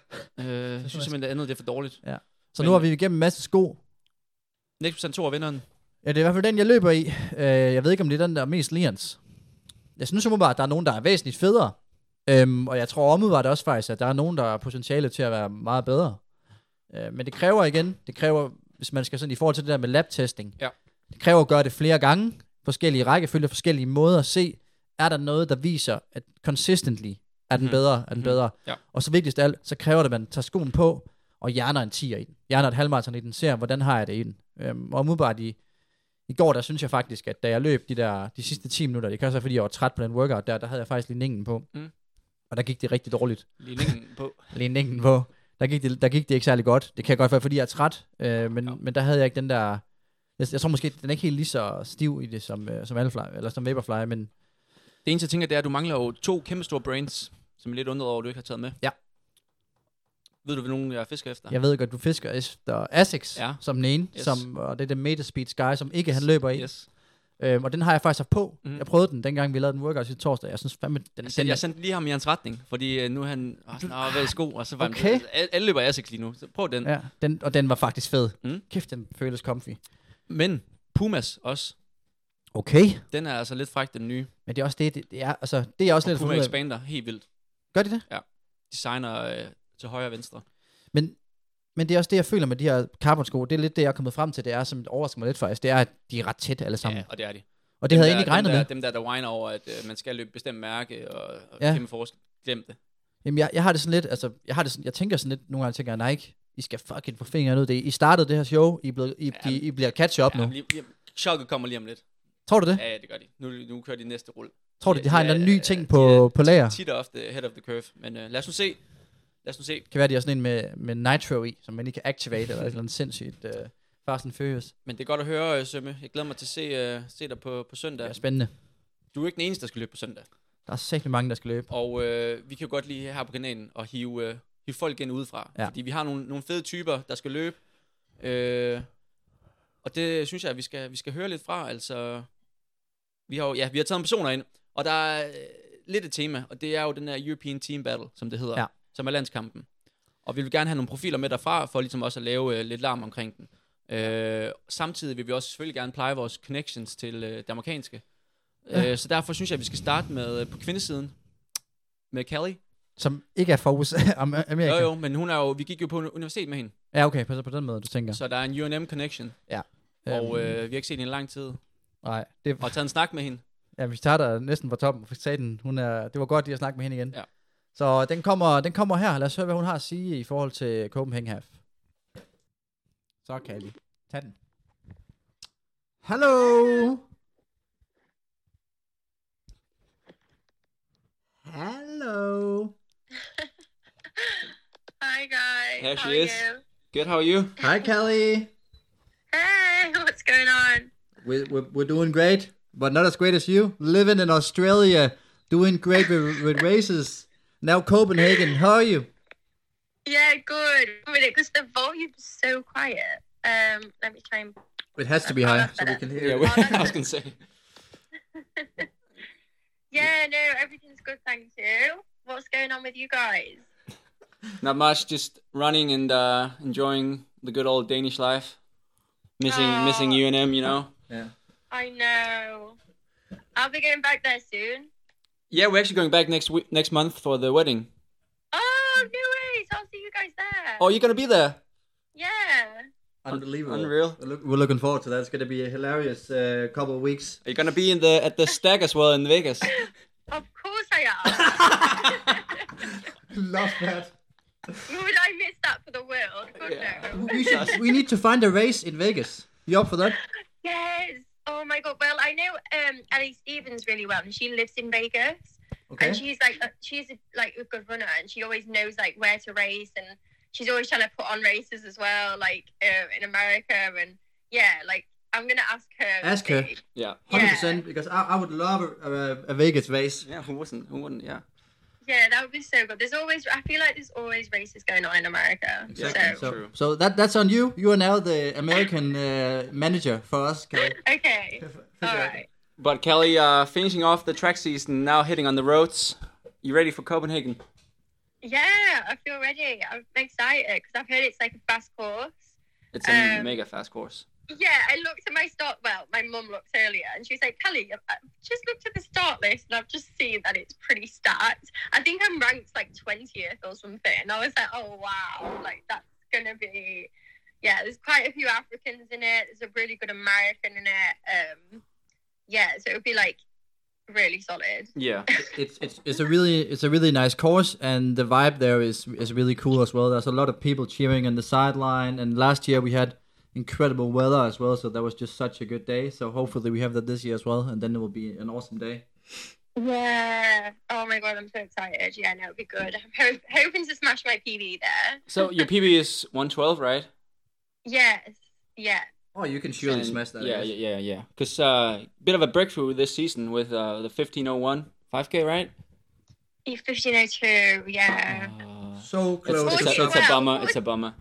Jeg synes simpelthen, det andet det er for dårligt. Ja. Så nu har vi igennem en masse sko. Next % 2 er vinderen. Ja, det er i hvert fald den, jeg løber i. Jeg ved ikke, om det er den, der er mest Lians. Jeg synes umiddelbart, at der er nogen, der er væsentligt federe. Og jeg tror umiddelbart også faktisk, at der er nogen, der har potentiale til at være meget bedre. Men det kræver, hvis man skal sådan i forhold til det der med lab-testing, det kræver at gøre det flere gange, forskellige rækkefølger, forskellige måder at se, er der noget, der viser, at consistently er den bedre, Ja. Og så vigtigst af alt, så kræver det, at man tager skoen på, og hjerner en 10'er i den. Hjerner et halvmarathon i den, ser, hvordan har jeg det i den. Og umiddelbart i går, der synes jeg faktisk, at da jeg løb de sidste 10 minutter, det kan også være, fordi jeg var træt på den workout, der havde jeg faktisk ligningen på. Og der gik det rigtig dårligt. Ligningen på. Der gik det ikke særlig godt. Det kan godt være, fordi jeg er træt, men der havde jeg ikke den der... Jeg tror måske, den er ikke helt lige så stiv i det som Alphafly, eller som Vaporfly, men... Det eneste, jeg tænker, det er, at du mangler jo 2 kæmpe store brains, som er lidt undret over, at du ikke har taget med. Ja. Ved du, hvad nogen jeg fisker efter? Jeg ved godt, du fisker efter Asics, som den ene, yes. Og det er den Metaspeed Sky, som ikke han løber i. Yes. Og den har jeg faktisk haft på. Jeg prøvede den, dengang vi lavede den workout sidste torsdag. Jeg synes fandme, jeg sendte lige ham i hans retning, fordi nu han snart været i sko, og så var okay. Alle løber Asics lige nu, så prøv den. Ja, og den var faktisk fed. Kæft, den føles comfy. Men Pumas også. Okay. Den er altså lidt fræk, den nye. Men det er også det er, altså, det er også lidt... Puma Expander, helt vildt. Gør de det? Ja. Designer til højre og venstre. Men det er også det, jeg føler med de her carbon-sko. Det er lidt det, jeg er kommet frem til. Det er, som overrasker mig lidt faktisk, det er, at de er ret tæt alle sammen. Ja, og det er de. Og det havde jeg egentlig ikke regnet med. Dem der whiner over, at man skal løbe bestemt mærke og kæmpe forskel. Glem det. Jamen, jeg har det sådan lidt, altså, jeg tænker sådan lidt, nogle gange tænker jeg, Nike, I skal fucking få fingeren ud. I startede det her show, I bliver catch-up nu. Chokket kommer lige om lidt. Tror du det? Ja, det gør de. Nu kører de næste rulle. Tror du, de har en eller anden ny ting på lager? Tit og ofte head of the curve. Men lad os nu se. Kan være, de har sådan en med nitro i, som man ikke kan activate, eller et eller andet sindssygt Fast and Furious. Men det er godt at høre, Sømme. Jeg glæder mig til at se dig på søndag. Det er spændende. Du er ikke den eneste, der skal løbe på søndag. Der er sikkert mange, der skal løbe. Og vi kan jo godt lige her på kanalen og hive folk igen udefra. Ja. Fordi vi har nogle fede typer, der skal løbe. Og det synes jeg, at vi skal høre lidt fra. Altså, vi har taget nogle personer ind, og der er lidt et tema, og det er jo den her European Team Battle, som det hedder, som er landskampen. Og vi vil gerne have nogle profiler med derfra, for ligesom også at lave lidt larm omkring den. Samtidig vil vi også selvfølgelig gerne pleje vores connections til det amerikanske. Så derfor synes jeg, at vi skal starte med på kvindesiden med Callie. Som ikke er fokus Amerika. Jo, men vi gik jo på universitet med hende. Ja, okay, på den måde, du tænker. Så der er en UNM connection. Ja. Og vi har ikke set hende i lang tid. Nej. Og taget en snak med hende. Ja, vi starter næsten fra toppen, for sagde det var godt lige at snakke med hende igen. Ja. Så den kommer her. Lad os høre, hvad hun har at sige i forhold til Copenhagen Half. Så kan vi tage den. Hallo! Hello. Hi guys. Here how she are is. you? Good, how are you? Hi, Kelly. Hey, what's going on? We're doing great, but not as great as you. Living in Australia, doing great with races. Now Copenhagen, how are you? Yeah, good. Because the volume's so quiet. Let me try and... It has to be high, so we can hear you. I was going to say. Yeah, no, everything's good, thank you. What's going on with you guys? Not much, just running and enjoying the good old Danish life. Missing UNM, you know. Yeah. I know. I'll be going back there soon. Yeah, we're actually going back next month for the wedding. Oh, no way. So I'll see you guys there. Oh, you're going to be there? Yeah. Unbelievable. Unreal. We're looking forward to that. It's going to be a hilarious couple of weeks. Are you going to be at the Stag as well in Vegas? Of course I am. Love that. Would I miss that for the world? God no. We need to find a race in Vegas. You up for that? Yes. Oh my god. Well, I know Ellie Stevens really well, and she lives in Vegas. Okay. And she's a good runner, and she always knows like where to race, and she's always trying to put on races as well, like in America, and yeah, like I'm gonna ask her. Ask her. Yeah. 100%, because I would love a Vegas race. Yeah, who wouldn't, yeah. Yeah, that would be so good. I feel like there's always races going on in America. Exactly. So that's on you. You are now the American manager for us, Kelly. Okay. All right. But Kelly, finishing off the track season, now hitting on the roads. You ready for Copenhagen? Yeah, I feel ready. I'm excited because I've heard it's like a fast course. It's a mega fast course. Yeah, I looked at my start. Well, my mum looked earlier, and she was like, "Kelly, I've just looked at the start list, and I've just seen that it's pretty stacked. I think I'm ranked like 20th or something." And I was like, "Oh wow, like that's gonna be." Yeah, there's quite a few Africans in it. There's a really good American in it. Yeah, so it would be like really solid. Yeah, it's a really nice course, and the vibe there is really cool as well. There's a lot of people cheering on the sideline, and last year we had incredible weather as well, so that was just such a good day. So hopefully we have that this year as well, and then it will be an awesome day. Yeah. Oh my god, I'm so excited. Yeah, no, it'll be good. I'm hoping to smash my PB there. So your PB is 112, right? Yes. Yeah. Oh, you can surely smash that. Yeah. Because bit of a breakthrough this season with the 15:01 5K, right? 15:02. Yeah. So close. It's a bummer.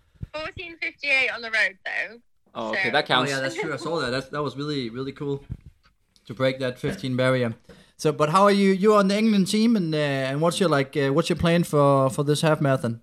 14:58 on the road though. Oh, okay, that counts. Oh yeah, that's true. I saw that. That was really, really cool to break that 15 barrier. So, but how are you? You're on the England team, and what's your plan for this half marathon?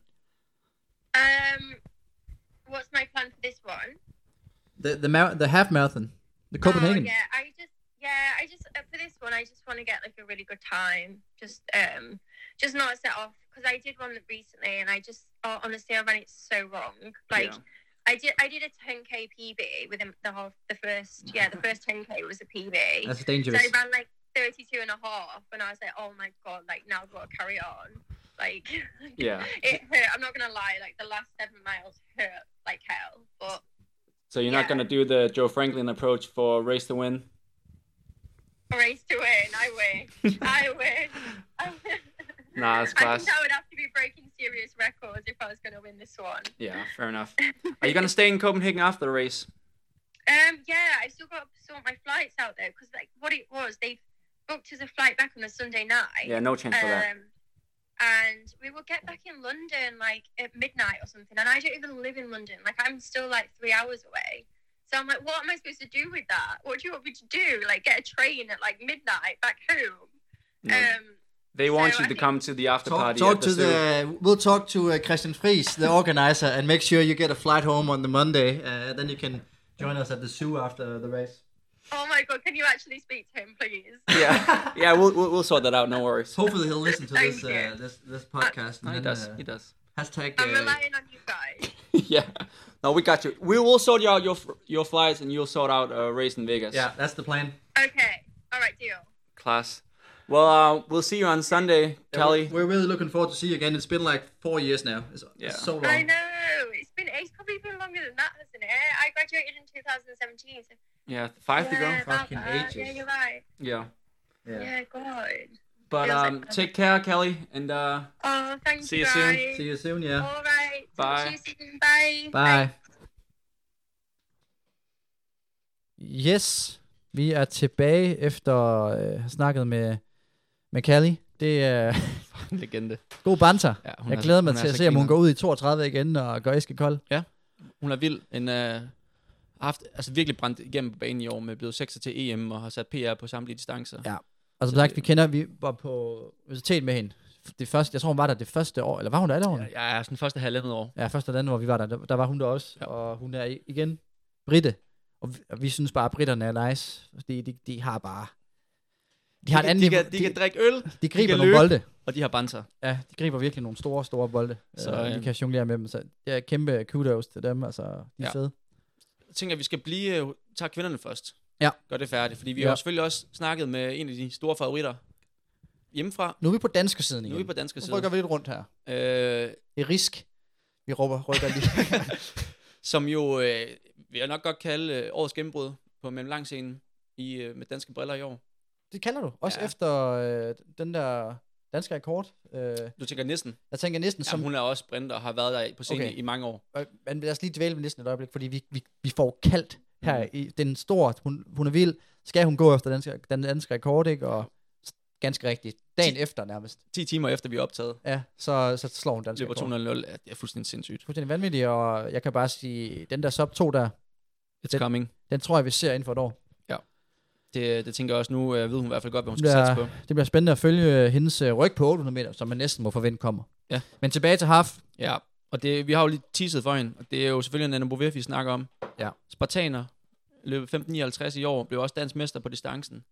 What's my plan for this one? The half marathon, the Copenhagen. Oh, I just for this one, I just want to get like a really good time. Just not set off, because I did one recently, and I just honestly I ran it so wrong. Like I did a 10k PB within the first 10k was a PB. That's dangerous. So I ran like 32 and a half, and I was like, oh my god, like now I've got to carry on. Like it hurt. I'm not gonna lie, like the last 7 miles hurt like hell. But so you're not gonna do the Joe Franklin approach for race to win? Race to win, I win. I win. Nah, that's class. I think I would have to be breaking serious records if I was going to win this one. Yeah, fair enough. Are you going to stay in Copenhagen after the race? Yeah, I've still got to sort my flights out there because like what it was, they booked us a flight back on a Sunday night. Yeah, no chance for that. And we will get back in London like at midnight or something. And I don't even live in London. Like I'm still like 3 hours away. So I'm like, what am I supposed to do with that? What do you want me to do? Like get a train at like midnight back home? No. They want you to come to the after party. We'll talk to Christian Friis, the organizer, and make sure you get a flight home on the Monday. Then you can join us at the zoo after the race. Oh my God! Can you actually speak to him, please? Yeah. We'll sort that out. No worries. Hopefully he'll listen to this podcast. He does. Hashtag. I'm relying on you guys. Yeah. No, we got you. We will sort you out your flights, and you'll sort out a race in Vegas. Yeah, that's the plan. Okay. All right. Deal. Class. Well, we'll see you on Sunday, Kelly. We're really looking forward to see you again. It's been like 4 years now. It's so long. I know. It's probably been longer than that, hasn't it? I graduated in 2017. So... Yeah, 5 to go. Fucking ages. Yeah, you're right. Yeah. God. But take care, Kelly, and thanks. See you soon. See you soon. Yeah. All right. Bye. See you soon. Bye. Bye. Yes, vi er tilbage efter at have snakket med Kelly. Det er en legende. God banter. Ja, jeg glæder mig til at se, om hun går ud i 32 igen og gør Eske-Kold. Ja, hun er vild. Haft virkelig brændt igennem på banen i år med blevet 6 til EM og har sat PR på samtlige distancer. Ja, og som sagt, vi var på universitet med hende. Det første, jeg tror, hun var der det første år, eller var hun der alle årene? Ja, sådan første halvandet år. Ja, første og andet år, vi var der var hun der også, og hun er igen britte. Og vi synes bare, at britterne er nice. De har bare... De kan drikke øl, de griber nogle bolde. Og de har banter. Ja, de griber virkelig nogle store bolde. Så de kan jonglere med dem. Så det er kæmpe kudos til dem. Altså, de er fede. Jeg tænker, at vi skal tage kvinderne først. Ja. Gør det færdigt. Fordi vi har selvfølgelig også snakket med en af de store favoritter hjemmefra. Nu er vi på danske siden igen. Nu rykker vi lidt rundt her. Det er Risk. Vi rykker lige. Som jo... vil jeg nok godt kalde årets gennembrud på mellemlangscenen med danske briller i år. Det kalder du? Også efter den der danske rekord? Du tænker Nissen? Jeg tænker Nissen som... hun er også sprinter og har været der på scenen i mange år. Men lad os lige dvæle med Nissen et øjeblik, fordi vi får kaldt her i den store... Hun er vild. Skal hun gå efter den danske rekord, ikke? Og ganske rigtigt. Dagen efter nærmest. 10 timer efter vi er optaget. Ja, så slår hun dansk rekord. Løber 200. Det er fuldstændig sindssygt. Fuldstændig vanvittigt, og jeg kan bare sige, den der sub 2 der... It's coming. Den tror jeg, vi ser inden for et år. Ja. Det tænker jeg også nu. Ved hun i hvert fald godt, hvad hun skal satse på. Det bliver spændende at følge hendes ryg på 800 meter, som man næsten må forvente kommer. Ja. Men tilbage til Haf. Ja, og vi har jo lige teaset for hende, og det er jo selvfølgelig en Anna Bovef, vi snakker om. Ja. Spartaner løb 15:59 i år, blev også dansk mester på distancen.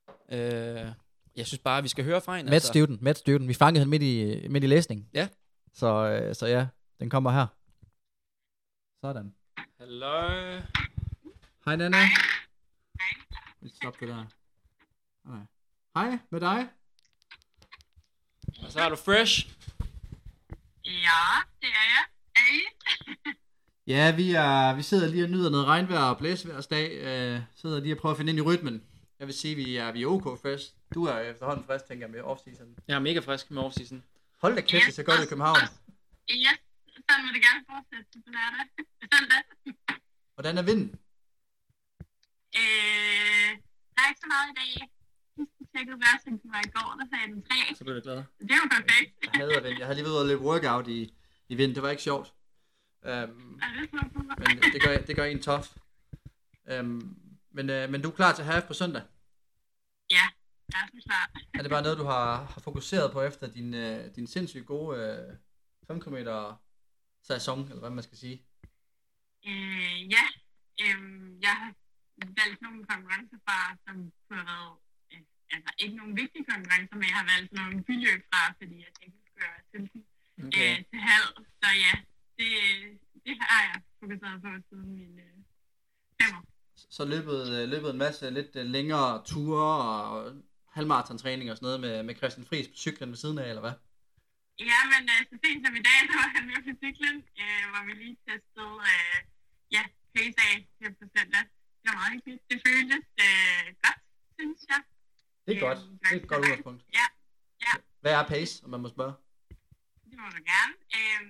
Jeg synes bare, vi skal høre fra hende. Matt Stewden. Vi fangede hende midt i læsning. Ja. Så ja, den kommer her. Sådan. Hallo. Hej, Nana. Hej. Stop det der. Okay. Hej, med dig. Og så er du fresh. Ja, det er jeg. Ja, vi sidder lige og nyder noget regnvejr og blæsværsdag. Sidder lige og prøver at finde ind i rytmen. Jeg vil sige, vi er OK fresh. Du er efterhånden frisk, tænker jeg, med off-season. Jeg er mega frisk med off-season. Hold da kæft, det ser godt i København. Ja, sådan vil det gerne fortsætte på lørdag. Hvordan er vinden? Der er ikke så meget i dag. Jeg tjekkede vejrudsigten var i går, der sagde den 3. Så blev du glad. Det var perfekt. Jeg hader vind. Jeg havde lige ved at løbe workout i vind. Det var ikke sjovt. Men det gør en tough. Men du er klar til at have på søndag? Ja, jeg er klar. Er det bare noget, du har fokuseret på efter din sindssygt gode 5 km sæson, eller hvad man skal sige? Ja, jeg har valgt nogle konkurrencer fra, som kunne have været, ikke nogle vigtige konkurrencer, men jeg har valgt nogle byløb fra, fordi jeg tænkte, at jeg skulle gøre til halv. Så ja, det har jeg fokuseret på siden min 5 år. Så løbet en masse lidt længere ture og halvmaratontræning og sådan noget med Christian Friis på cyklen ved siden af, eller hvad? Ja, men så sent som i dag, så var han med på cyklen, hvor vi lige testede pace af på søndag. Det var meget hyggeligt. Det føltes godt, synes jeg. Det er godt. Det er et godt udgangspunkt. Ja. Hvad er pace, om man må spørge? Det må du gerne.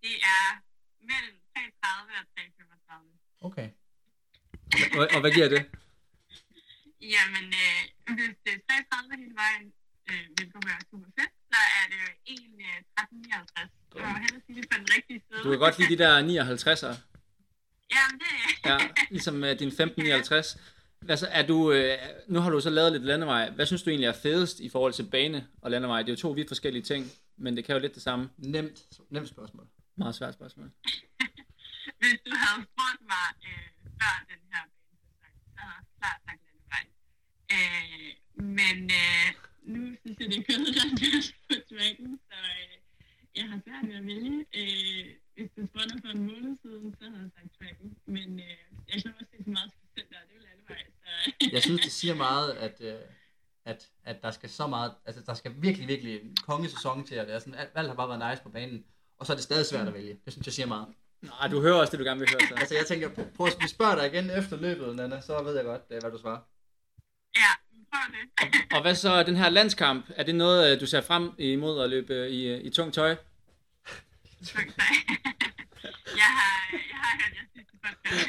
Det er mellem 33 og 335. Okay. Og hvad giver det? Jamen, hvis det er 33 hele vejen, hvilket være super fedt, så er det jo 1359. Du må hellere sige det på den rigtige side. Du kan godt lide de der 59'ere. Jamen, det Ja, ligesom din 1559. Altså, nu har du så lavet lidt landevej. Hvad synes du egentlig er fedest i forhold til bane og landevej? Det er jo to vidt forskellige ting, men det kan jo lidt det samme. Nemt spørgsmål. Meget svært spørgsmål. Hvis du havde spurgt mig før den her banesæson, så havde jeg klart sagt landevej. Men nu synes jeg, det er kødet ret godt på tracken, så jeg har svært ved at vælge. Hvis du spurgte mig for en måned siden, så havde jeg sagt tracken. Men jeg kan også se så meget specielt der, det er jo landevej. Så. Jeg synes, det siger meget, at der skal så meget, altså der skal virkelig, virkelig en kongesæson til, at det er sådan, alt har bare været nice på banen, og så er det stadig svært at vælge. Det synes jeg siger meget. Nej, du hører også det, du gerne vil høre. Så. Altså jeg tænker, prøv at spørge dig igen efter løbet, Nanna, så ved jeg godt, hvad du svarer. Ja, prøv det. Og hvad så, den her landskamp, er det noget, du ser frem imod at løbe i tungt tøj? Tungt tøj. Jeg har hørt jeres sidste podcast.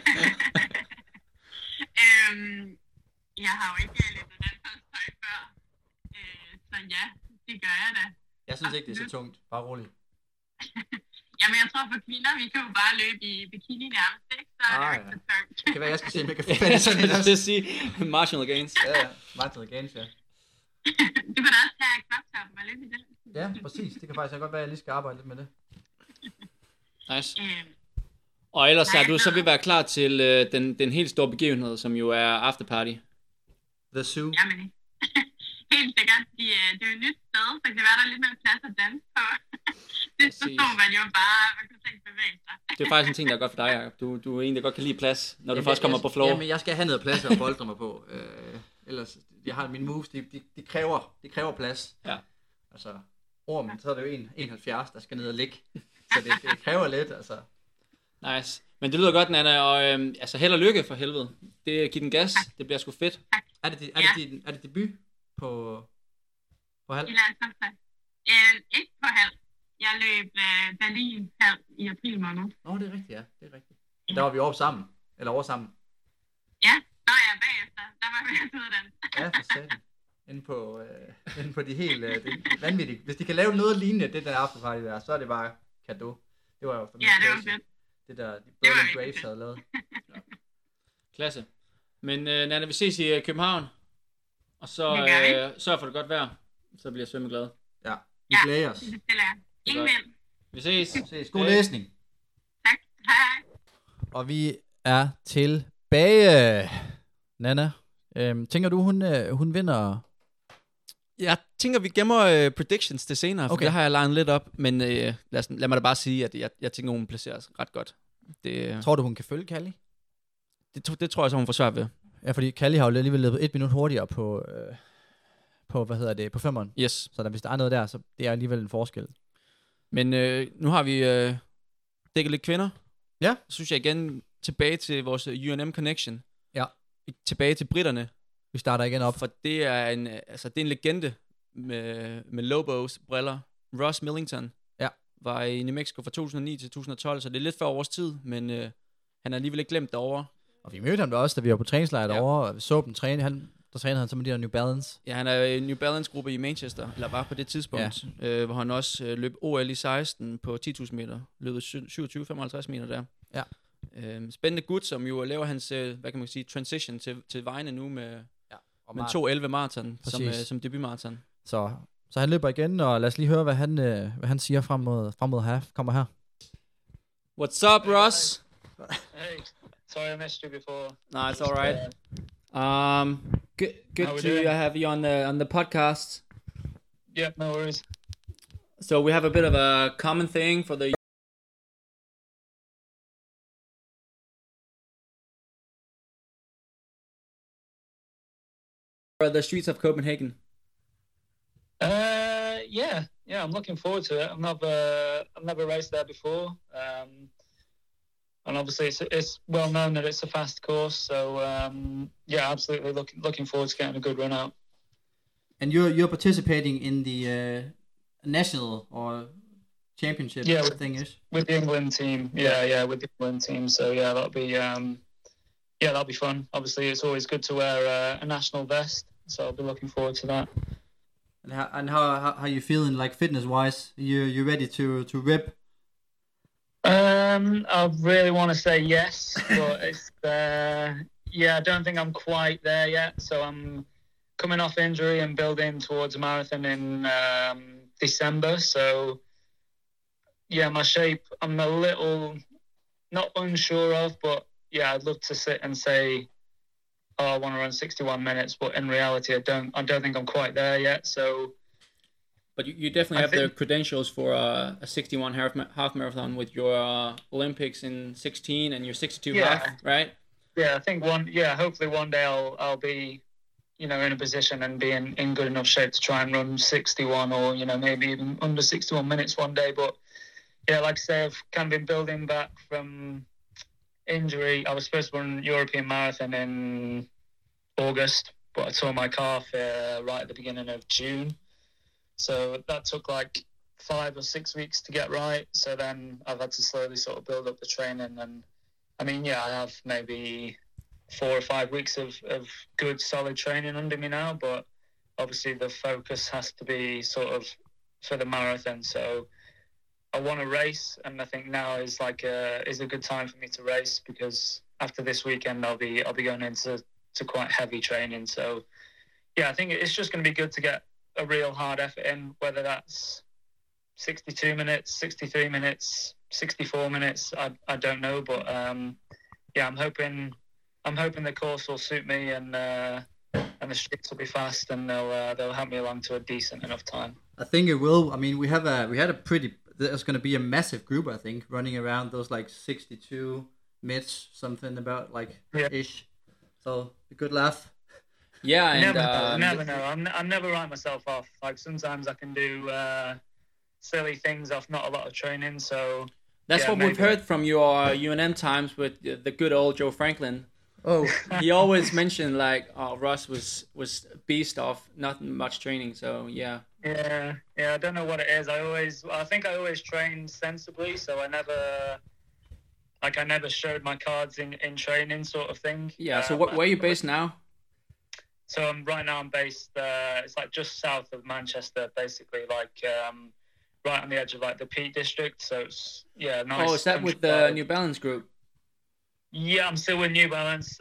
Jeg har jo ikke løbet landsholdstøj før, så ja, det gør jeg da. Jeg synes ikke, det er så tungt. Bare roligt. Jamen, jeg tror for kvinder, vi kan jo bare løbe i bikini nærmest, ikke? Så er det jo ikke så tungt. Det kan være, jeg skal se, om jeg kan få fat i sådan en også. Det vil sige marginal gains. Ja, marginal gains, ja. Du kan da også tage knaptoppen og løbe i den. Ja, præcis. Det kan faktisk godt være, at jeg lige skal arbejde lidt med det. Nice. Og ellers er du så vil være klar til den helt store begivenhed, som jo er afterparty. The Zoo. Jamen, helt sikkert. Det er jo et nyt sted, så kan det være, der er lidt mere plads at danse på. Det forstår man jo bare, man kan ikke bevæge sig. Det er faktisk en ting, der er godt for dig, Jacob. Du er en, der godt kan lide plads, når du først kommer på floor. Jamen, jeg skal have noget plads at boldre mig på. Ellers, jeg har mine moves, de kræver plads. Ja. Altså, ormen, så er det jo 1,70, der skal ned og ligge. Så det kræver lidt, altså. Nice. Men det lyder godt, Nanna, og altså held og lykke for helvede. Det giver den gas. Det bliver sgu fedt. Er det debut på halv? Ikke på halv. Jeg løb Berlin halv i april måned. Nå, det er rigtigt, ja. Det er rigtigt. Der var vi over sammen. Eller over sammen. Ja, bagefter. Der var vi ud af den. Ja, for satan. Inde på de helt vanvittige. Hvis de kan lave noget lignende, det der afterparty der, så er det bare cadeau. Det var jo for det var fedt. Det der, de Berlin Braves havde lavet. Ja. Klasse. Men Nanna, vi ses i København. Og så sørg for det godt vejr. Så bliver jeg svømmeglad. Ja, vi glæder os. Det stiller jeg. Ingen vind. Vi ses. God læsning. Tak. Hej. Og vi er tilbage. Nanna, tænker du, hun vinder? Jeg tænker, vi gemmer predictions til senere, for okay. Det har jeg legnet lidt op. Men lad mig da bare sige, at jeg tænker, hun placeres ret godt. Tror du, hun kan følge Callie? Det tror jeg så, hun får svært ved. Ja, fordi Callie har jo alligevel løbet 1 minut hurtigere på på femmeren. Yes. Så hvis der er noget der, så det er alligevel en forskel. Men nu har vi dækket lidt kvinder. Ja. Så synes jeg igen tilbage til vores UNM Connection. Ja. Tilbage til britterne. Vi starter igen op. For det er en legende med Lobos briller. Ross Millington. Ja. Var i New Mexico fra 2009 til 2012, så det er lidt før vores tid, men han er alligevel ikke glemt derovre. Og vi mødte ham da også, da vi var på træningslejr derovre, og vi så dem træne. Der trænede han så med de der New Balance. Ja, han er i New Balance-gruppe i Manchester, eller var på det tidspunkt, hvor han også løb OL i 16 på 10.000 meter. Løbet 27-55 meter der. Ja. Spændende gut, som jo laver hans, hvad kan man sige, transition til vejene nu med 2.11 maraton som debutmaraton. Så han løber igen, og lad os lige høre, hvad han siger frem mod half. Kommer her. What's up, Ross? Hey, sorry I missed you before. No, it's all right. Good to have you on the podcast. Yeah, no worries. So we have a bit of a common thing for the streets of Copenhagen. Yeah, I'm looking forward to it. I've never raced there before. And obviously it's well known that it's a fast course, so absolutely looking forward to getting a good run out. And you're participating in the national or championship thing is. With the England team. Yeah, with the England team. So yeah, that'll be fun. Obviously, it's always good to wear a national vest. So I'll be looking forward to that. And how you feeling, like, fitness wise? You ready to rip? I really want to say yes, but it's I don't think I'm quite there yet. So I'm coming off injury and building towards a marathon in December. So yeah, my shape I'm a little not unsure of, but yeah, I'd love to sit and say, oh, I want to run 61 minutes, but in reality, I don't think I'm quite there yet. So, but you definitely have the credentials for a 61 half marathon with your Olympics in 16 and your 62 half, right? Yeah, I think hopefully one day I'll be, in a position and be in good enough shape to try and run 61 or, maybe even under 61 minutes one day. But yeah, like I say, I've kind of been building back from injury. I was supposed to run European marathon in August, but I tore my calf right at the beginning of June. So that took like 5 or 6 weeks to get right. So then I've had to slowly sort of build up the training. And I mean, I have maybe 4 or 5 weeks of good solid training under me now, but obviously the focus has to be sort of for the marathon. So I want to race, and I think now is a good time for me to race, because after this weekend I'll be going into quite heavy training. So yeah, I think it's just going to be good to get a real hard effort in, whether that's 62 minutes, 63 minutes, 64 minutes. I don't know, but I'm hoping the course will suit me, and the streets will be fast, and they'll help me along to a decent enough time. I think it will. I mean, there's going to be a massive group, I think, running around those like 62 mids, something about ish. So a good laugh. Yeah, and never know. I'm never write myself off. Like sometimes I can do silly things off not a lot of training. So that's what we've heard from your UNM times with the good old Joe Franklin. Oh, he always mentioned Russ was beast off not much training. So yeah. Yeah. I don't know what it is. I think I always trained sensibly, so I never showed my cards in training, sort of thing. Yeah. So where are you based now? So right now I'm based. It's like just south of Manchester, basically, right on the edge of the Peak District. So it's nice. Oh, is that with the New Balance group? Yeah, I'm still with New Balance.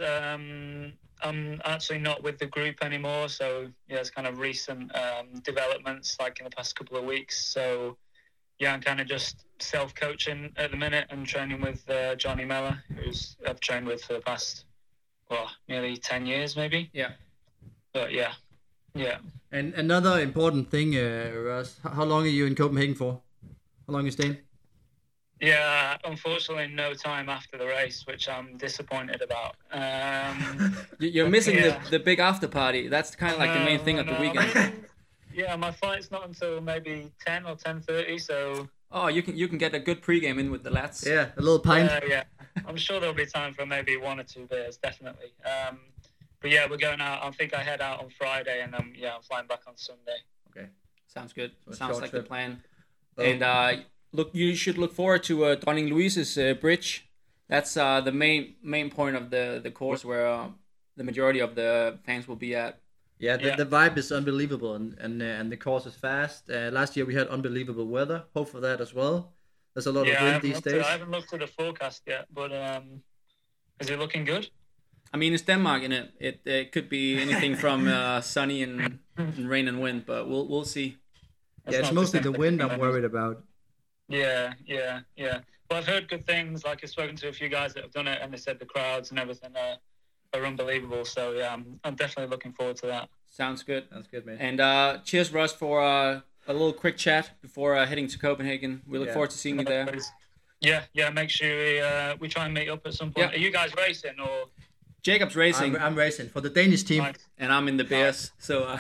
I'm actually not with the group anymore, so yeah, it's kind of recent developments in the past couple of weeks. So yeah, I'm kind of just self-coaching at the minute and training with Johnny Mellor, who's I've trained with for the past nearly 10 years maybe. Yeah. But yeah. And another important thing, Russ, how long are you in Copenhagen for? How long are you staying? Yeah, unfortunately, no time after the race, which I'm disappointed about. You're missing the big after party. That's kind of the main thing at the weekend. Yeah, my flight's not until maybe 10 or 10:30, so... Oh, you can get a good pregame in with the lads. Yeah, a little pint. Yeah. I'm sure there'll be time for maybe 1 or 2 beers, definitely. But yeah, we're going out. I think I head out on Friday, and I'm flying back on Sunday. Okay, sounds good. Sounds like trip. the plan. Oh. And you should look forward to Dronning Louise's bridge. That's the main point of the course where the majority of the fans will be at. Yeah, the vibe is unbelievable, and the course is fast. Last year we had unbelievable weather. Hope for that as well. There's a lot of wind these days. I haven't looked at the forecast yet, but is it looking good? I mean, it's Denmark, and it could be anything from sunny and rain and wind, but we'll see. It's mostly the wind I'm worried about. Yeah. Well, I've heard good things. I've spoken to a few guys that have done it, and they said the crowds and everything are unbelievable. So yeah, I'm definitely looking forward to that. Sounds good. Sounds good, man. And cheers, Russ, for a little quick chat before heading to Copenhagen. We look forward to seeing you there. Yeah. Make sure we try and meet up at some point. Yeah. Are you guys racing or? Jacob's racing. I'm racing for the Danish team. Nice. And I'm in the Bears. So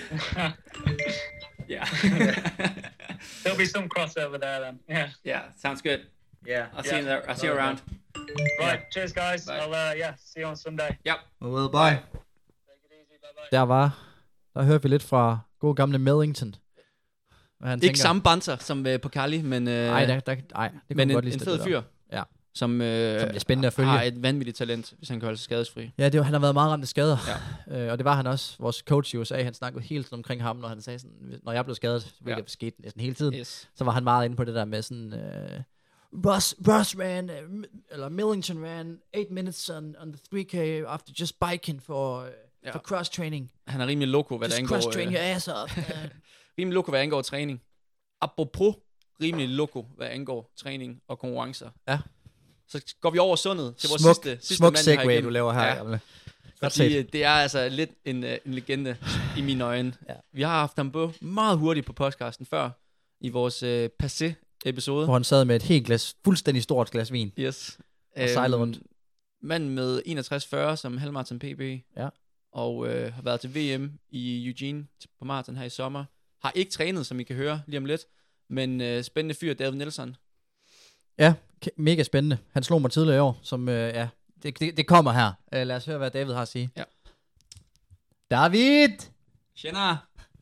yeah. There'll be some crossover there then. Yeah. Yeah, sounds good. Yeah. I'll see you there. I'll see you around. Right. Cheers, guys. Bye. I'll see you on Sunday. Yep. Well, bye. Take it easy. Bye. Der hørte vi lidt fra god gamle Millington. Ikke samme banter som på Kali, men nej, det kan men godt lide en fed fyr. Ja. Som er spændende at følge. Har et vanvittigt talent, hvis han kan holde sig skadesfri. Ja, han har været meget ramt af skader. Ja. Og det var han også. Vores coach i USA, han snakkede hele tiden omkring ham, når han sagde sådan, når jeg blev skadet, hvilket skete næsten hele tiden, så var han meget inde på det der med sådan, Russ ran, eller Millington ran 8 minutes on the 3K after just biking for cross-training. Han er rimelig loco, hvad der angår... Just cross-train your ass up. Rimelig loco, hvad angår træning. Apropos rimelig loco, hvad angår træning og konkurrencer. Ja. Så går vi over sundet til vores sidste smuk mand segway, du laver her. Ja. Fordi det er altså lidt en legende i mine øjne. Ja. Vi har haft ham på meget hurtigt på podcasten før, i vores Passé-episode. Hvor han sad med et helt fuldstændig stort glas vin. Yes. Og sejlede rundt. Manden med 61-40 som halvmarathon PB. Ja. Og har været til VM i Eugene på maraton her i sommer. Har ikke trænet, som I kan høre lige om lidt. Men spændende fyr, David Nelson. Ja, mega spændende. Han slog mig tidligere i år, som det kommer her. Lad os høre, hvad David har at sige. Ja. David! Tjena!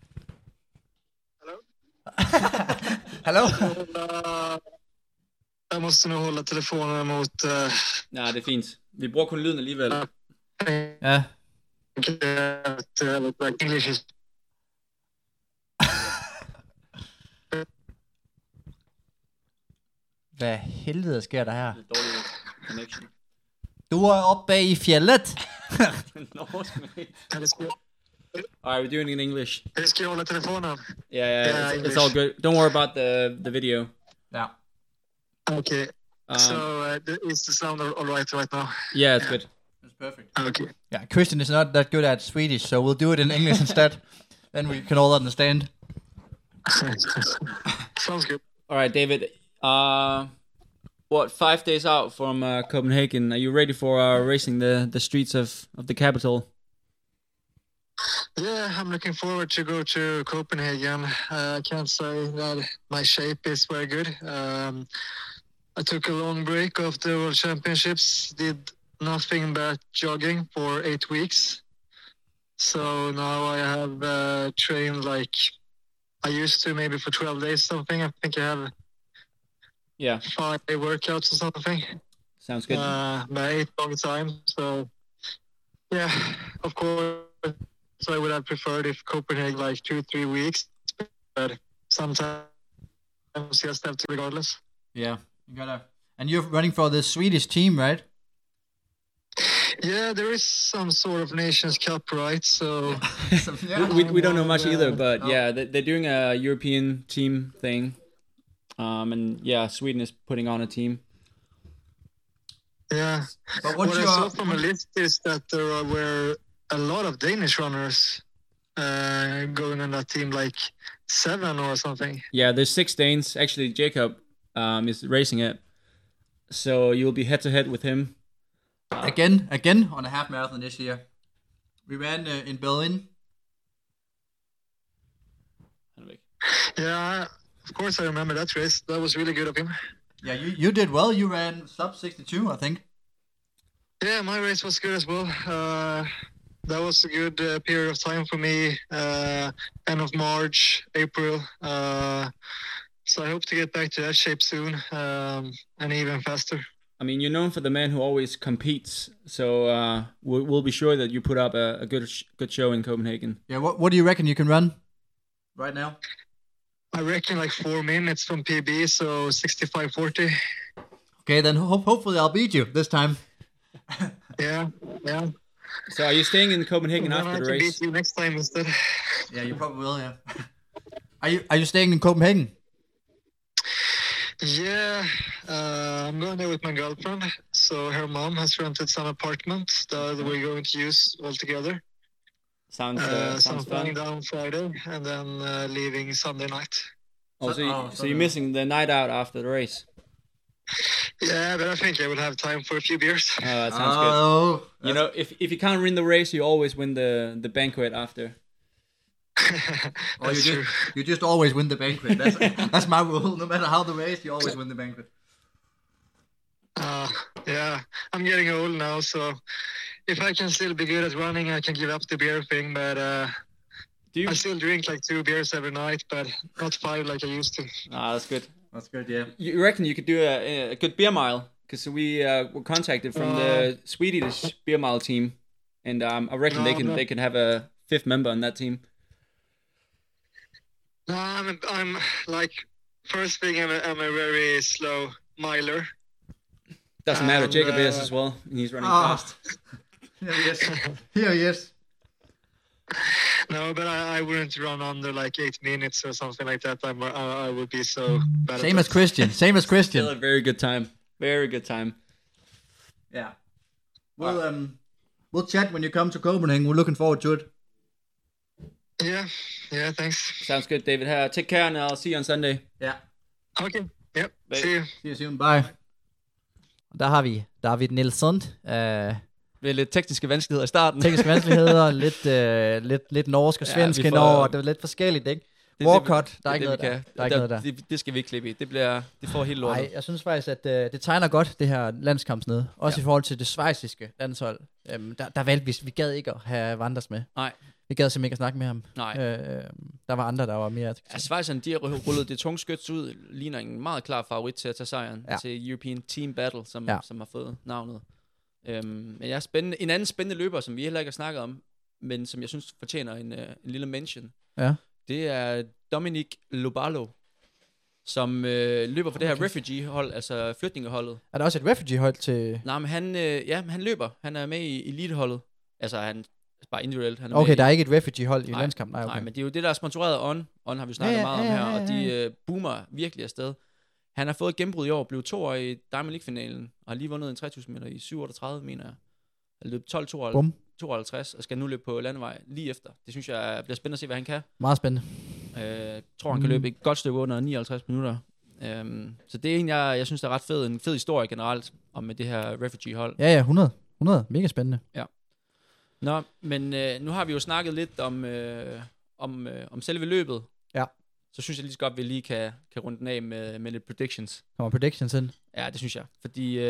Hallo? Jeg måste nu hålla telefonen mot... Nej, det er fint. Vi bruger kun lyden alligevel. Ja. English. Hvad helvede sker der her? Det er dårlig connection. Du er oppe i fjellet. Norsk, mate. Alright, we're doing it in English. Ska jag hålla telefonen? Yeah, it's all good. Don't worry about the video. Yeah. Okay. So is the sound all right now? Yeah, it's good. It's perfect. Okay. Yeah, Christian is not that good at Swedish, so we'll do it in English instead. Then we can all understand. Sounds good. All right, David. 5 days out from Copenhagen? Are you ready for racing the streets of the capital? Yeah, I'm looking forward to go to Copenhagen. I can't say that my shape is very good. I took a long break after the World Championships, did nothing but jogging for 8 weeks. So now I have trained like I used to, maybe for 12 days something. I think I have 5 workouts or something. Sounds good. By 8 long time. So yeah, of course. So I would have preferred if Copenhagen like 2-3 weeks, but sometimes you just have to regardless. Yeah, you gotta. And you're running for the Swedish team, right? Yeah, there is some sort of Nations Cup, right? So we don't know much either, but yeah, they're doing a European team thing, and yeah, Sweden is putting on a team. Yeah, but what I saw from a list is that there were a lot of Danish runners going on that team, like 7 or something. Yeah, there's 6 Danes. Actually, Jacob is racing it, so you'll be head to head with him. Again on a half marathon this year. We ran in Berlin. Yeah, of course I remember that race. That was really good of him. Yeah, you did well. You ran sub 62, I think. Yeah, my race was good as well. That was a good period of time for me. End of March, April. So I hope to get back to that shape soon, and even faster. I mean, you're known for the man who always competes, so we'll be sure that you put up a good show in Copenhagen. Yeah, what do you reckon you can run right now? I reckon like 4 minutes from PB, so 65:40. Okay, then hopefully I'll beat you this time. Yeah. So are you staying in Copenhagen after the race? I can beat you next time instead. Yeah, you probably will, yeah. Are you staying in Copenhagen? Yeah, I'm going there with my girlfriend. So her mom has rented some apartment that we're going to use all together. Sounds so I'm flying down Friday and then leaving Sunday night. Oh, so you're missing the night out after the race? Yeah, but I think I will have time for a few beers. Oh, that sounds good. You know, if you can't win the race, you always win the banquet after. Well, you just always win the banquet. That's my rule. No matter how the race, you always win the banquet. Yeah, I'm getting old now, so if I can still be good at running, I can give up the beer thing. But I still drink like 2 beers every night, but not 5 like I used to. That's good. That's good, yeah. You reckon you could do a good beer mile? Because we were contacted from the Swedish beer mile team, and I reckon they can have a 5th member on that team. No, I'm like, first thing, I'm a very slow miler. Doesn't matter. Jacob is as well. He's running fast. Here he is. No, but I wouldn't run under like 8 minutes or something like that. I would be so bad. Same as Christian. Still a very good time. Very good time. Yeah. We'll chat when you come to Copenhagen. We're looking forward to it. Yeah, thanks. Sounds good, David. Take care, and I'll see you on Sunday. Yeah. Okay, yep, Bye. see you. See you soon, bye. Der har vi David Nilsson. Med lidt tekniske vanskeligheder i starten. Tekniske vanskeligheder, lidt norsk og svensk indover. Det er lidt forskelligt, ikke? Walcott, der er ikke noget der. Der er ikke noget der. Det skal vi ikke klippe i. Det får helt lortet. Nej, jeg synes faktisk, at det tegner godt, det her landskampsnede. Også i forhold til det schweiziske landshold. Der valgte vi gad ikke at have Vanders med. Nej. Vi gad simpelthen ikke at snakke med ham. Nej. Der var andre, der var mere... Schweizerne, de har rullet det tunge skyts ud. Ligner en meget klar favorit til at tage sejren til European Team Battle, som har fået navnet. Men spændende. En anden spændende løber, som vi heller ikke har snakket om, men som jeg synes fortjener en lille mention. Ja. Det er Dominic Loballo, som løber for det her refugee-hold, altså flygtningeholdet. Er der også et refugee-hold til... Nej, men han løber. Han er med i eliteholdet. Altså, han bare individuelt. Han er okay, med der er ikke et refugee-hold i landskamp. Nej, men det er jo det, der er sponsoreret af On. On har vi snakket meget om her, og de boomer virkelig afsted. Han har fået et gennembrud i år, blev 2 år i Diamond League-finalen, og har lige vundet en 3000 meter i 37, mener jeg. Han løb 12.52, og skal nu løbe på landevej lige efter. Det synes jeg bliver spændende at se, hvad han kan. Meget spændende. Tror, han kan løbe et godt stykke under 59 minutter. Så det er en, jeg synes, der er ret fed. En fed historie generelt, om med det her refugee-hold. Ja, 100. Mega spændende. Ja. Nå, men nu har vi jo snakket lidt om selve løbet. Ja. Så synes jeg lige så godt, at vi lige kan runde den af med lidt predictions. Kommer predictions ind? Ja, det synes jeg. Fordi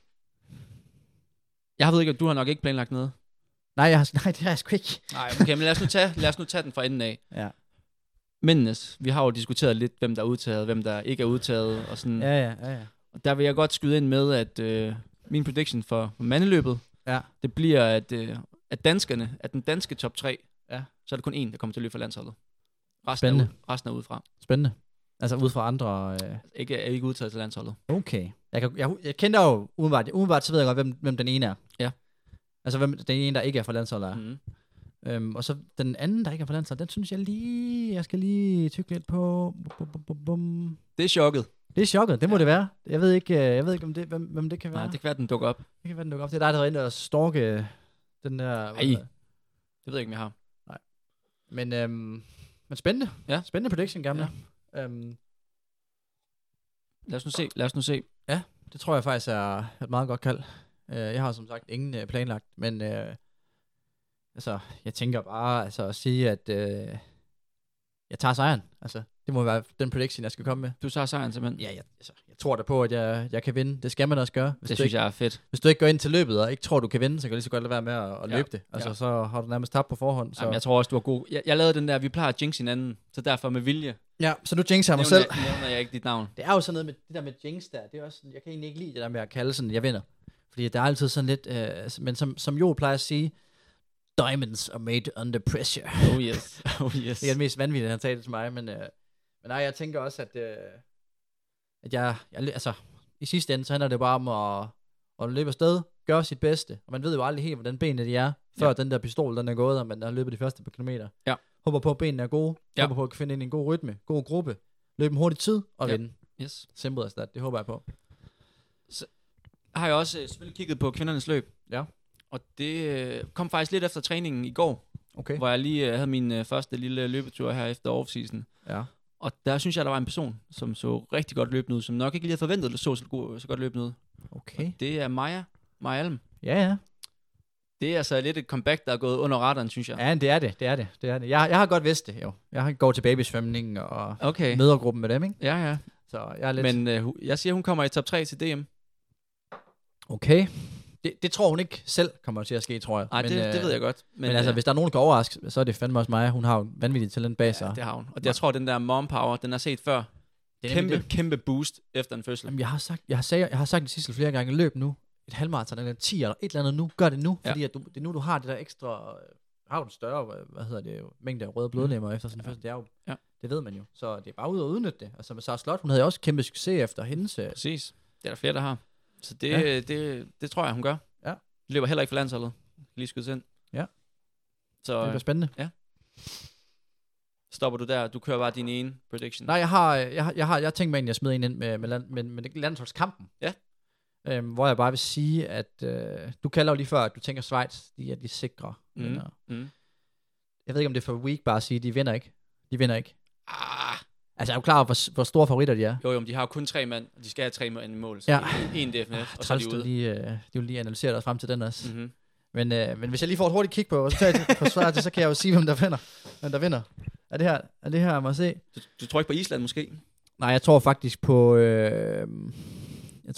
jeg ved ikke, at du har nok ikke planlagt noget. Nej, det har jeg sgu ikke. Nej, okay, men lad os nu tage den fra enden af. Ja. Mændenes, vi har jo diskuteret lidt, hvem der er udtaget, hvem der ikke er udtaget. Og sådan. Ja. Og der vil jeg godt skyde ind med, at min prediction for mandeløbet, det bliver, at danskerne, at den danske top 3, så er det kun én, der kommer til at løbe for landsholdet. Resten er udefra. Spændende. Altså ud fra andre... Ikke udtaget til landsholdet. Okay. Jeg kender jo umiddelbart, så ved jeg godt, hvem den ene er. Ja. Altså hvem den ene, der ikke er fra landsholdet er. Mm-hmm. Og så den anden, der ikke er fra landsholdet, den synes jeg skal lige tykke lidt på. Det er chokket. Det er chokket, det må det være. Jeg ved ikke om det, hvem det kan være. Nej, det kan være, den dukker op. Det kan være, den dukker op. Det er dig, der er inde og stalke den der... Nej, det ved jeg ikke, om jeg har. Nej. Men spændende. Ja. Spændende prediction, gamle. Ja. Lad os nu se. Ja, det tror jeg faktisk er et meget godt kald. Jeg har som sagt ingen planlagt, men altså, jeg tænker bare at sige, at jeg tager sejren. Altså, det må være den prediction, jeg skal komme med. Du tager sejren simpelthen? Ja, jeg tror da på, at jeg kan vinde. Det skal man også gøre. Det synes jeg er fedt. Hvis du ikke går ind til løbet og ikke tror, du kan vinde, så kan du lige så godt lade være med at løbe det. Altså, så har du nærmest tabt på forhånd. Så. Jamen, jeg tror også, du er god. Jeg lavede den der, vi plejer at jinx hinanden, så derfor med vilje. Ja, så du jinxer jeg mig selv. Nævner jeg ikke dit navn. Det er jo sådan noget med det der med jinx der. Det er også sådan, jeg kan egentlig ikke lide det der med at kalde sådan, jeg vinder. Fordi der er altid sådan lidt, men som Jo plejer at sige, diamonds are made under pressure. Oh yes. Det er det mest vanvittige, han talte til mig, men nej, jeg tænker også, at jeg altså, i sidste ende, så handler det bare om at løbe afsted, gøre sit bedste, og man ved jo aldrig helt, hvordan benene de er, før den der pistol, den er gået, og man har løbet de første par kilometer. Ja. Håber på, at benene er gode, håber på at finde ind i en god rytme, god gruppe, løbe en hurtig tid, og vinde. Yes. Simple as that, det håber jeg på. Så har jeg også selvfølgelig kigget på kvindernes løb. Ja. Og det kom faktisk lidt efter træningen i går, hvor jeg lige havde min første lille løbetur her efter off-season. Ja. Og der synes jeg, der var en person, som så rigtig godt løbende ud, som nok ikke lige havde forventet, at så godt løbende ud. Okay. Og det er Maja Alm. Ja. Det er altså lidt et comeback, der er gået under radaren, synes jeg. Ja, det er det. Jeg har godt vidst det, jo. Jeg har gået til babysvømning og mødergruppen med dem, ikke? Ja. Så jeg er lidt... Men jeg siger, hun kommer i top 3 til DM. Okay. Det tror hun ikke selv kommer til at ske, tror jeg. Nej, det ved jeg godt. Men altså, hvis der er nogen, der kan overraske, så er det fandme også mig. Hun har jo vanvittigt talent bag sig. Ja, det har hun. Og jeg tror, den der mom power, den er set før. Kæmpe boost efter en fødsel. Jamen, jeg har sagt det sidste flere gange, løb nu et halvmarathon eller 10 eller et eller andet nu, gør det nu, fordi at det er nu, du har det der ekstra, har en større, mængde af røde blodlemmer efter sådan en fødsel. Det er jo, det ved man jo. Så det er bare ud at udnytte det. Altså med Sara Slott, hun havde også kæmpe succes efter hendes. Præcis. Det er der flere, der har. Så det tror jeg, hun gør. Ja. Hun løber heller ikke for landsholdet. Lige skydes ind. Ja. Så det bliver spændende. Ja. Stopper du der? Du kører bare din ene prediction. Nej, jeg har tænkt mig, at jeg smider en ind med landsholdskampen. Ja. Hvor jeg bare vil sige, at du kalder jo lige før, at du tænker Schweiz, de er de sikre. Jeg ved ikke, om det er for weak bare at sige, de vinder ikke. Altså, er du klar over, hvor store favoritter de er? Jo, men de har jo kun 3 mand, og de skal have 3 mand i mål. Så en DFNF, og så er de ude. De vil lige analysere dig frem til den også. Mm-hmm. Men hvis jeg lige får et hurtigt kig på resultatet på Schweiz, så kan jeg jo sige, hvem der vinder. Er det her, må jeg se? Du tror ikke på Island måske? Nej, jeg tror faktisk på... jeg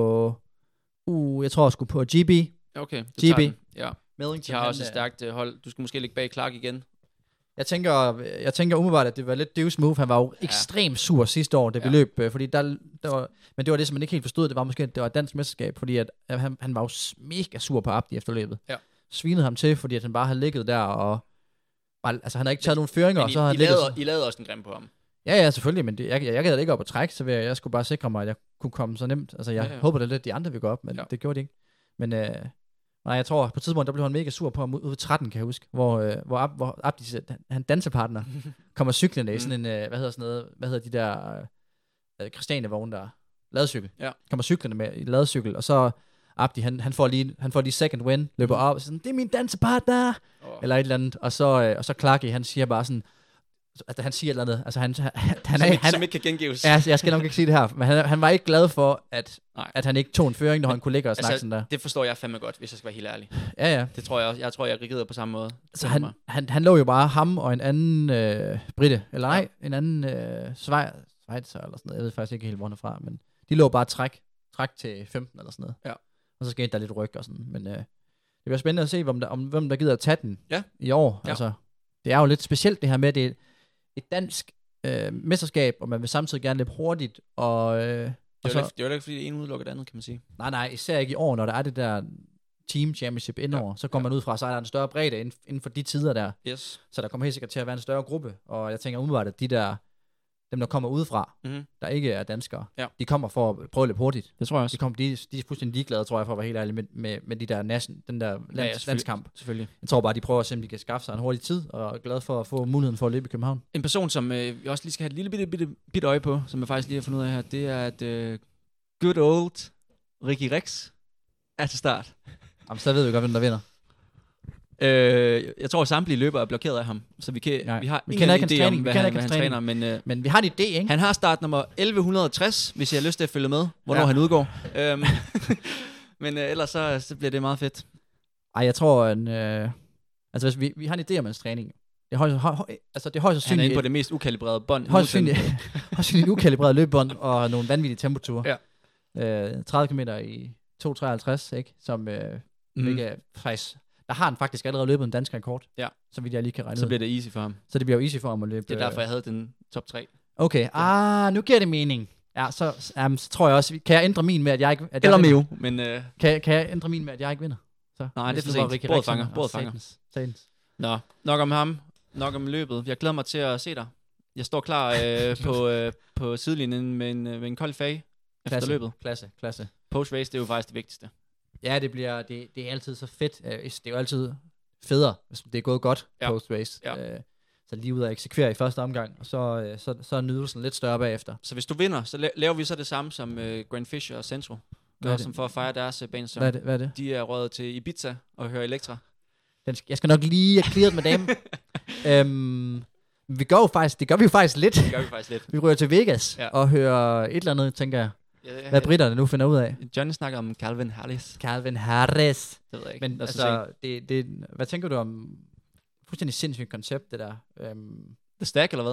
tror sgu på GB. Okay, GB. Ja. Mellington, de har også et stærkt hold. Du skal måske ligge bag Clark igen. Jeg tænker umiddelbart, at det var lidt Deuce move. Han var jo ekstremt sur sidste år, det beløb, fordi der var, men det var det, som man ikke helt forstod. Det var måske, at det var et dansk mesterskab, fordi at han var jo mega sur på Abdi efter løbet. Ja. Svinede ham til, fordi at han bare havde ligget der, og altså han har ikke taget nogen føringer, og så har I lavede også en grim på ham. Ja, selvfølgelig, men jeg gad det ikke op at trække, så jeg skulle bare sikre mig, at jeg kunne komme så nemt. Altså, jeg håber det lidt, de andre vil gå op, men det gjorde de ikke. Men nej, jeg tror, på et tidspunkt, der blev han mega sur på ham ud 13, kan jeg huske, hvor Abdi, han dansepartner, kommer cyklende i sådan en, hvad hedder de der Christiane-vogne der, ladecykel. Ja. Kommer cyklende med i ladecykel, og så Abdi, han får lige second win, løber op, og sådan, det er min dansepartner, eller et eller andet, og så Clarky, han siger bare sådan, altså han siger et eller andet, altså han som ikke kan gengives. Ja, jeg skal nok ikke sige det her, men han var ikke glad for, at han ikke tog en føring, når han kunne ligge og snakke sådan der. Det forstår jeg fandme godt, hvis jeg skal være helt ærlig. Ja. Det tror jeg også. Jeg tror, jeg rigider på samme måde. Så han lå jo bare ham og en anden britte, eller nej, en anden Schweizer eller sådan noget. Jeg ved faktisk ikke helt, hvor han er fra, men de lå bare træk til 15 eller sådan noget. Ja. Og så skete der lidt ryg og sådan, men det bliver spændende at se, hvem der gider at tage den i år. Ja. Altså, det er jo lidt specielt det her med, at det er et dansk mesterskab, og man vil samtidig gerne løbe hurtigt. Og, det er jo ikke, fordi det ene udelukker det andet, kan man sige. Nej, især ikke i år, når der er det der team championship indover. Så kommer man ud fra, så er der en større bredde inden for de tider der. Yes. Så der kommer helt sikkert til at være en større gruppe. Og jeg tænker umiddelbart, at dem der kommer udefra, der ikke er danskere, de kommer for at prøve at løbe hurtigt. Det tror jeg også. De er fuldstændig ligeglade, tror jeg, for at være helt ærlig, med de der den der landskamp. Selvfølgelig. Jeg tror bare, de prøver at se, om de kan skaffe sig en hurtig tid, og er glad for at få muligheden for at løbe i København. En person, som vi også lige skal have et lille bitte øje på, som jeg faktisk lige har fundet ud af her, det er, at good old Ricky Rex er til start. Jamen, så ved vi godt, hvem der vinder. Jeg tror, at samtlige løbere er blokeret af ham, så vi har ingen idé om, hvad han træner. Men vi har en idé, ikke? Han har startnummer 1160, hvis jeg har lyst til at følge med, hvornår han udgår. Men ellers så bliver det meget fedt. Ej, jeg tror, altså hvis vi har en idé om hans træning. Det er højst sandsynligt. Han er inde på det mest ukalibrerede bånd. Højst sandsynligt et ukalibreret løbebånd og nogle vanvittige temperaturer. Ja. 30 km i 2:53, ikke? Som ikke faktisk. Der har han faktisk allerede løbet en dansk rekord. Ja. Så vidt jeg lige kan regne ud. Så bliver det easy for ham. Så det bliver jo easy for ham at løbe. Det er derfor, jeg havde den top 3. Okay. Nu giver det mening. Ja, så tror jeg også, kan jeg ændre min med, at jeg ikke... Eller Mio, men... Kan jeg ændre min med, at jeg ikke vinder? Så, nej, det er for sent. Bordet fanger. Nå, nok om ham. Nok om løbet. Jeg glæder mig til at se dig. Jeg står klar på sidelinjen med en kold fag efter løbet. Klasse. Post-race, det er jo faktisk det vigtigste. Ja, det er altid så fedt. Det er jo altid federe, hvis det er gået godt post-race. Ja. Så lige ud at eksekvere i første omgang, og så er nydelsen lidt større bagefter. Så hvis du vinder, så laver vi så det samme som Grand Fisher og Centro gør, som for at fejre deres banesæson. Hvad er det? De er røget til Ibiza og hører Elektra. Jeg skal nok lige have clearet med dem. Det gør vi jo faktisk lidt. Vi ryger til Vegas og hører et eller andet, tænker jeg. Hvad britterne nu finder ud af. Johnny snakker om Calvin Harris. Det ved jeg ikke. Men altså, hvad tænker du om fuldstændig sindssygt koncept, det der? The Stack, eller hvad?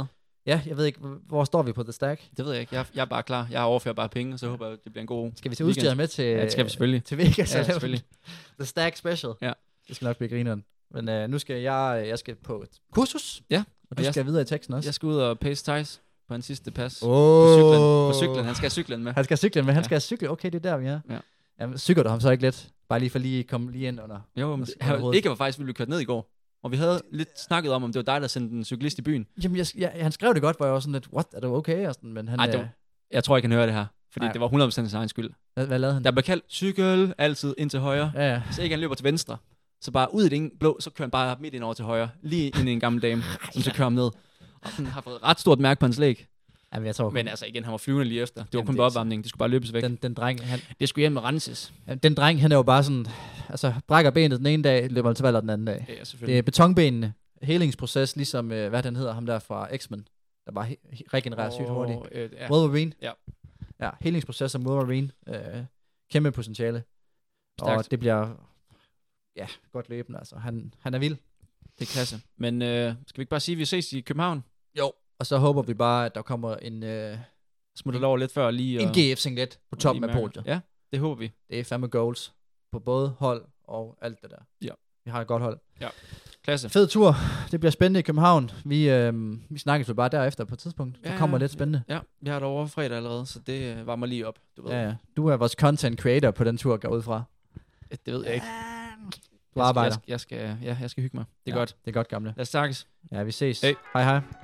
Ja, jeg ved ikke, hvor står vi på The Stack? Det ved jeg ikke. Jeg er bare klar. Jeg overfører bare penge, og så håber jeg, at det bliver en god Skal vi til udstyret med til... Ja, det skal vi selvfølgelig. Til Vegas. Ja, selvfølgelig. The Stack Special. Ja. Det skal nok blive grineren. Men nu skal jeg skal på et kursus. Ja. Og du skal videre i teksten også. Jeg skal ud og pace Thijs på hans sidste pas. På cyklen. Han skal have cyklen med. Han skal have cyklen med. Han skal have cyklen. Okay, det er der, vi er. Ja. Jamen, cykler du ham så ikke lidt? Bare lige for lige komme lige ind under... Jo, men ikke var faktisk, vi blev kørt ned i går. Og vi havde lidt snakket om det var dig, der sendte en cyklist i byen. Jamen, han skrev det godt, hvor jeg var sådan lidt, what, er det okay? Og sådan, men han... Jeg tror ikke, han hører det her. Fordi det var 100% sin egen skyld. Hvad lavede han? Der blev kaldt cykel altid ind til højre. Ja. Så ikke han løber til venstre. Så bare ud i det blå, så kører han bare midt ind over til højre. Lige ind i en gammel dame, som så kører ham ned. Og han har fået ret stort mærke på hans læg. Jamen, jeg tror, men altså igen, han var flyvende lige efter. Det var kun på opvarmning. Det skulle bare løbes væk. Den dreng, det skulle hjem med renses. Den dreng, han er jo bare sådan... Altså, brækker benet den ene dag, løber til valget den anden dag. Ja, selvfølgelig. Det er betonbenene. Helingsproces, ligesom, hvad den hedder, ham der fra X-Men, der bare regenererer sygt hurtigt. Wolverine. Ja, helingsproces som Wolverine. Kæmpe potentiale. Stærkt. Og det bliver... Ja, godt løbende, altså. Han er vild. Det er klasse. Men skal vi ikke bare sige, at vi ses i København? Jo. Og så håber vi bare, at der kommer en... smutter over lidt før lige... En GF-singlet på toppen af podiet. Ja, det håber vi. Det er fandme goals på både hold og alt det der. Ja. Vi har et godt hold. Ja. Klasse. Fed tur. Det bliver spændende i København. Vi snakkes bare derefter på et tidspunkt. Det kommer lidt spændende. Ja, vi har det over fredag allerede, så det varmer lige op. Du ved. Ja. Du er vores content creator på den tur, går ud fra. Det ved jeg ikke. Du arbejder. Jeg skal hygge mig. Det er godt. Det er godt, gamle. Lad os snakkes. Ja, vi ses. Hey. Hej.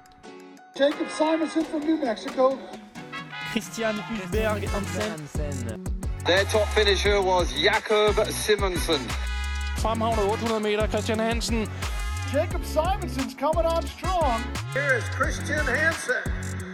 Jacob Simonson from New Mexico. Christian Hulberg Hansen. Their top finisher was Jakob Simonsen. Fremhavnet 800 meter, Christian Hansen. Jacob Simonson's coming on strong. Here is Christian Hansen.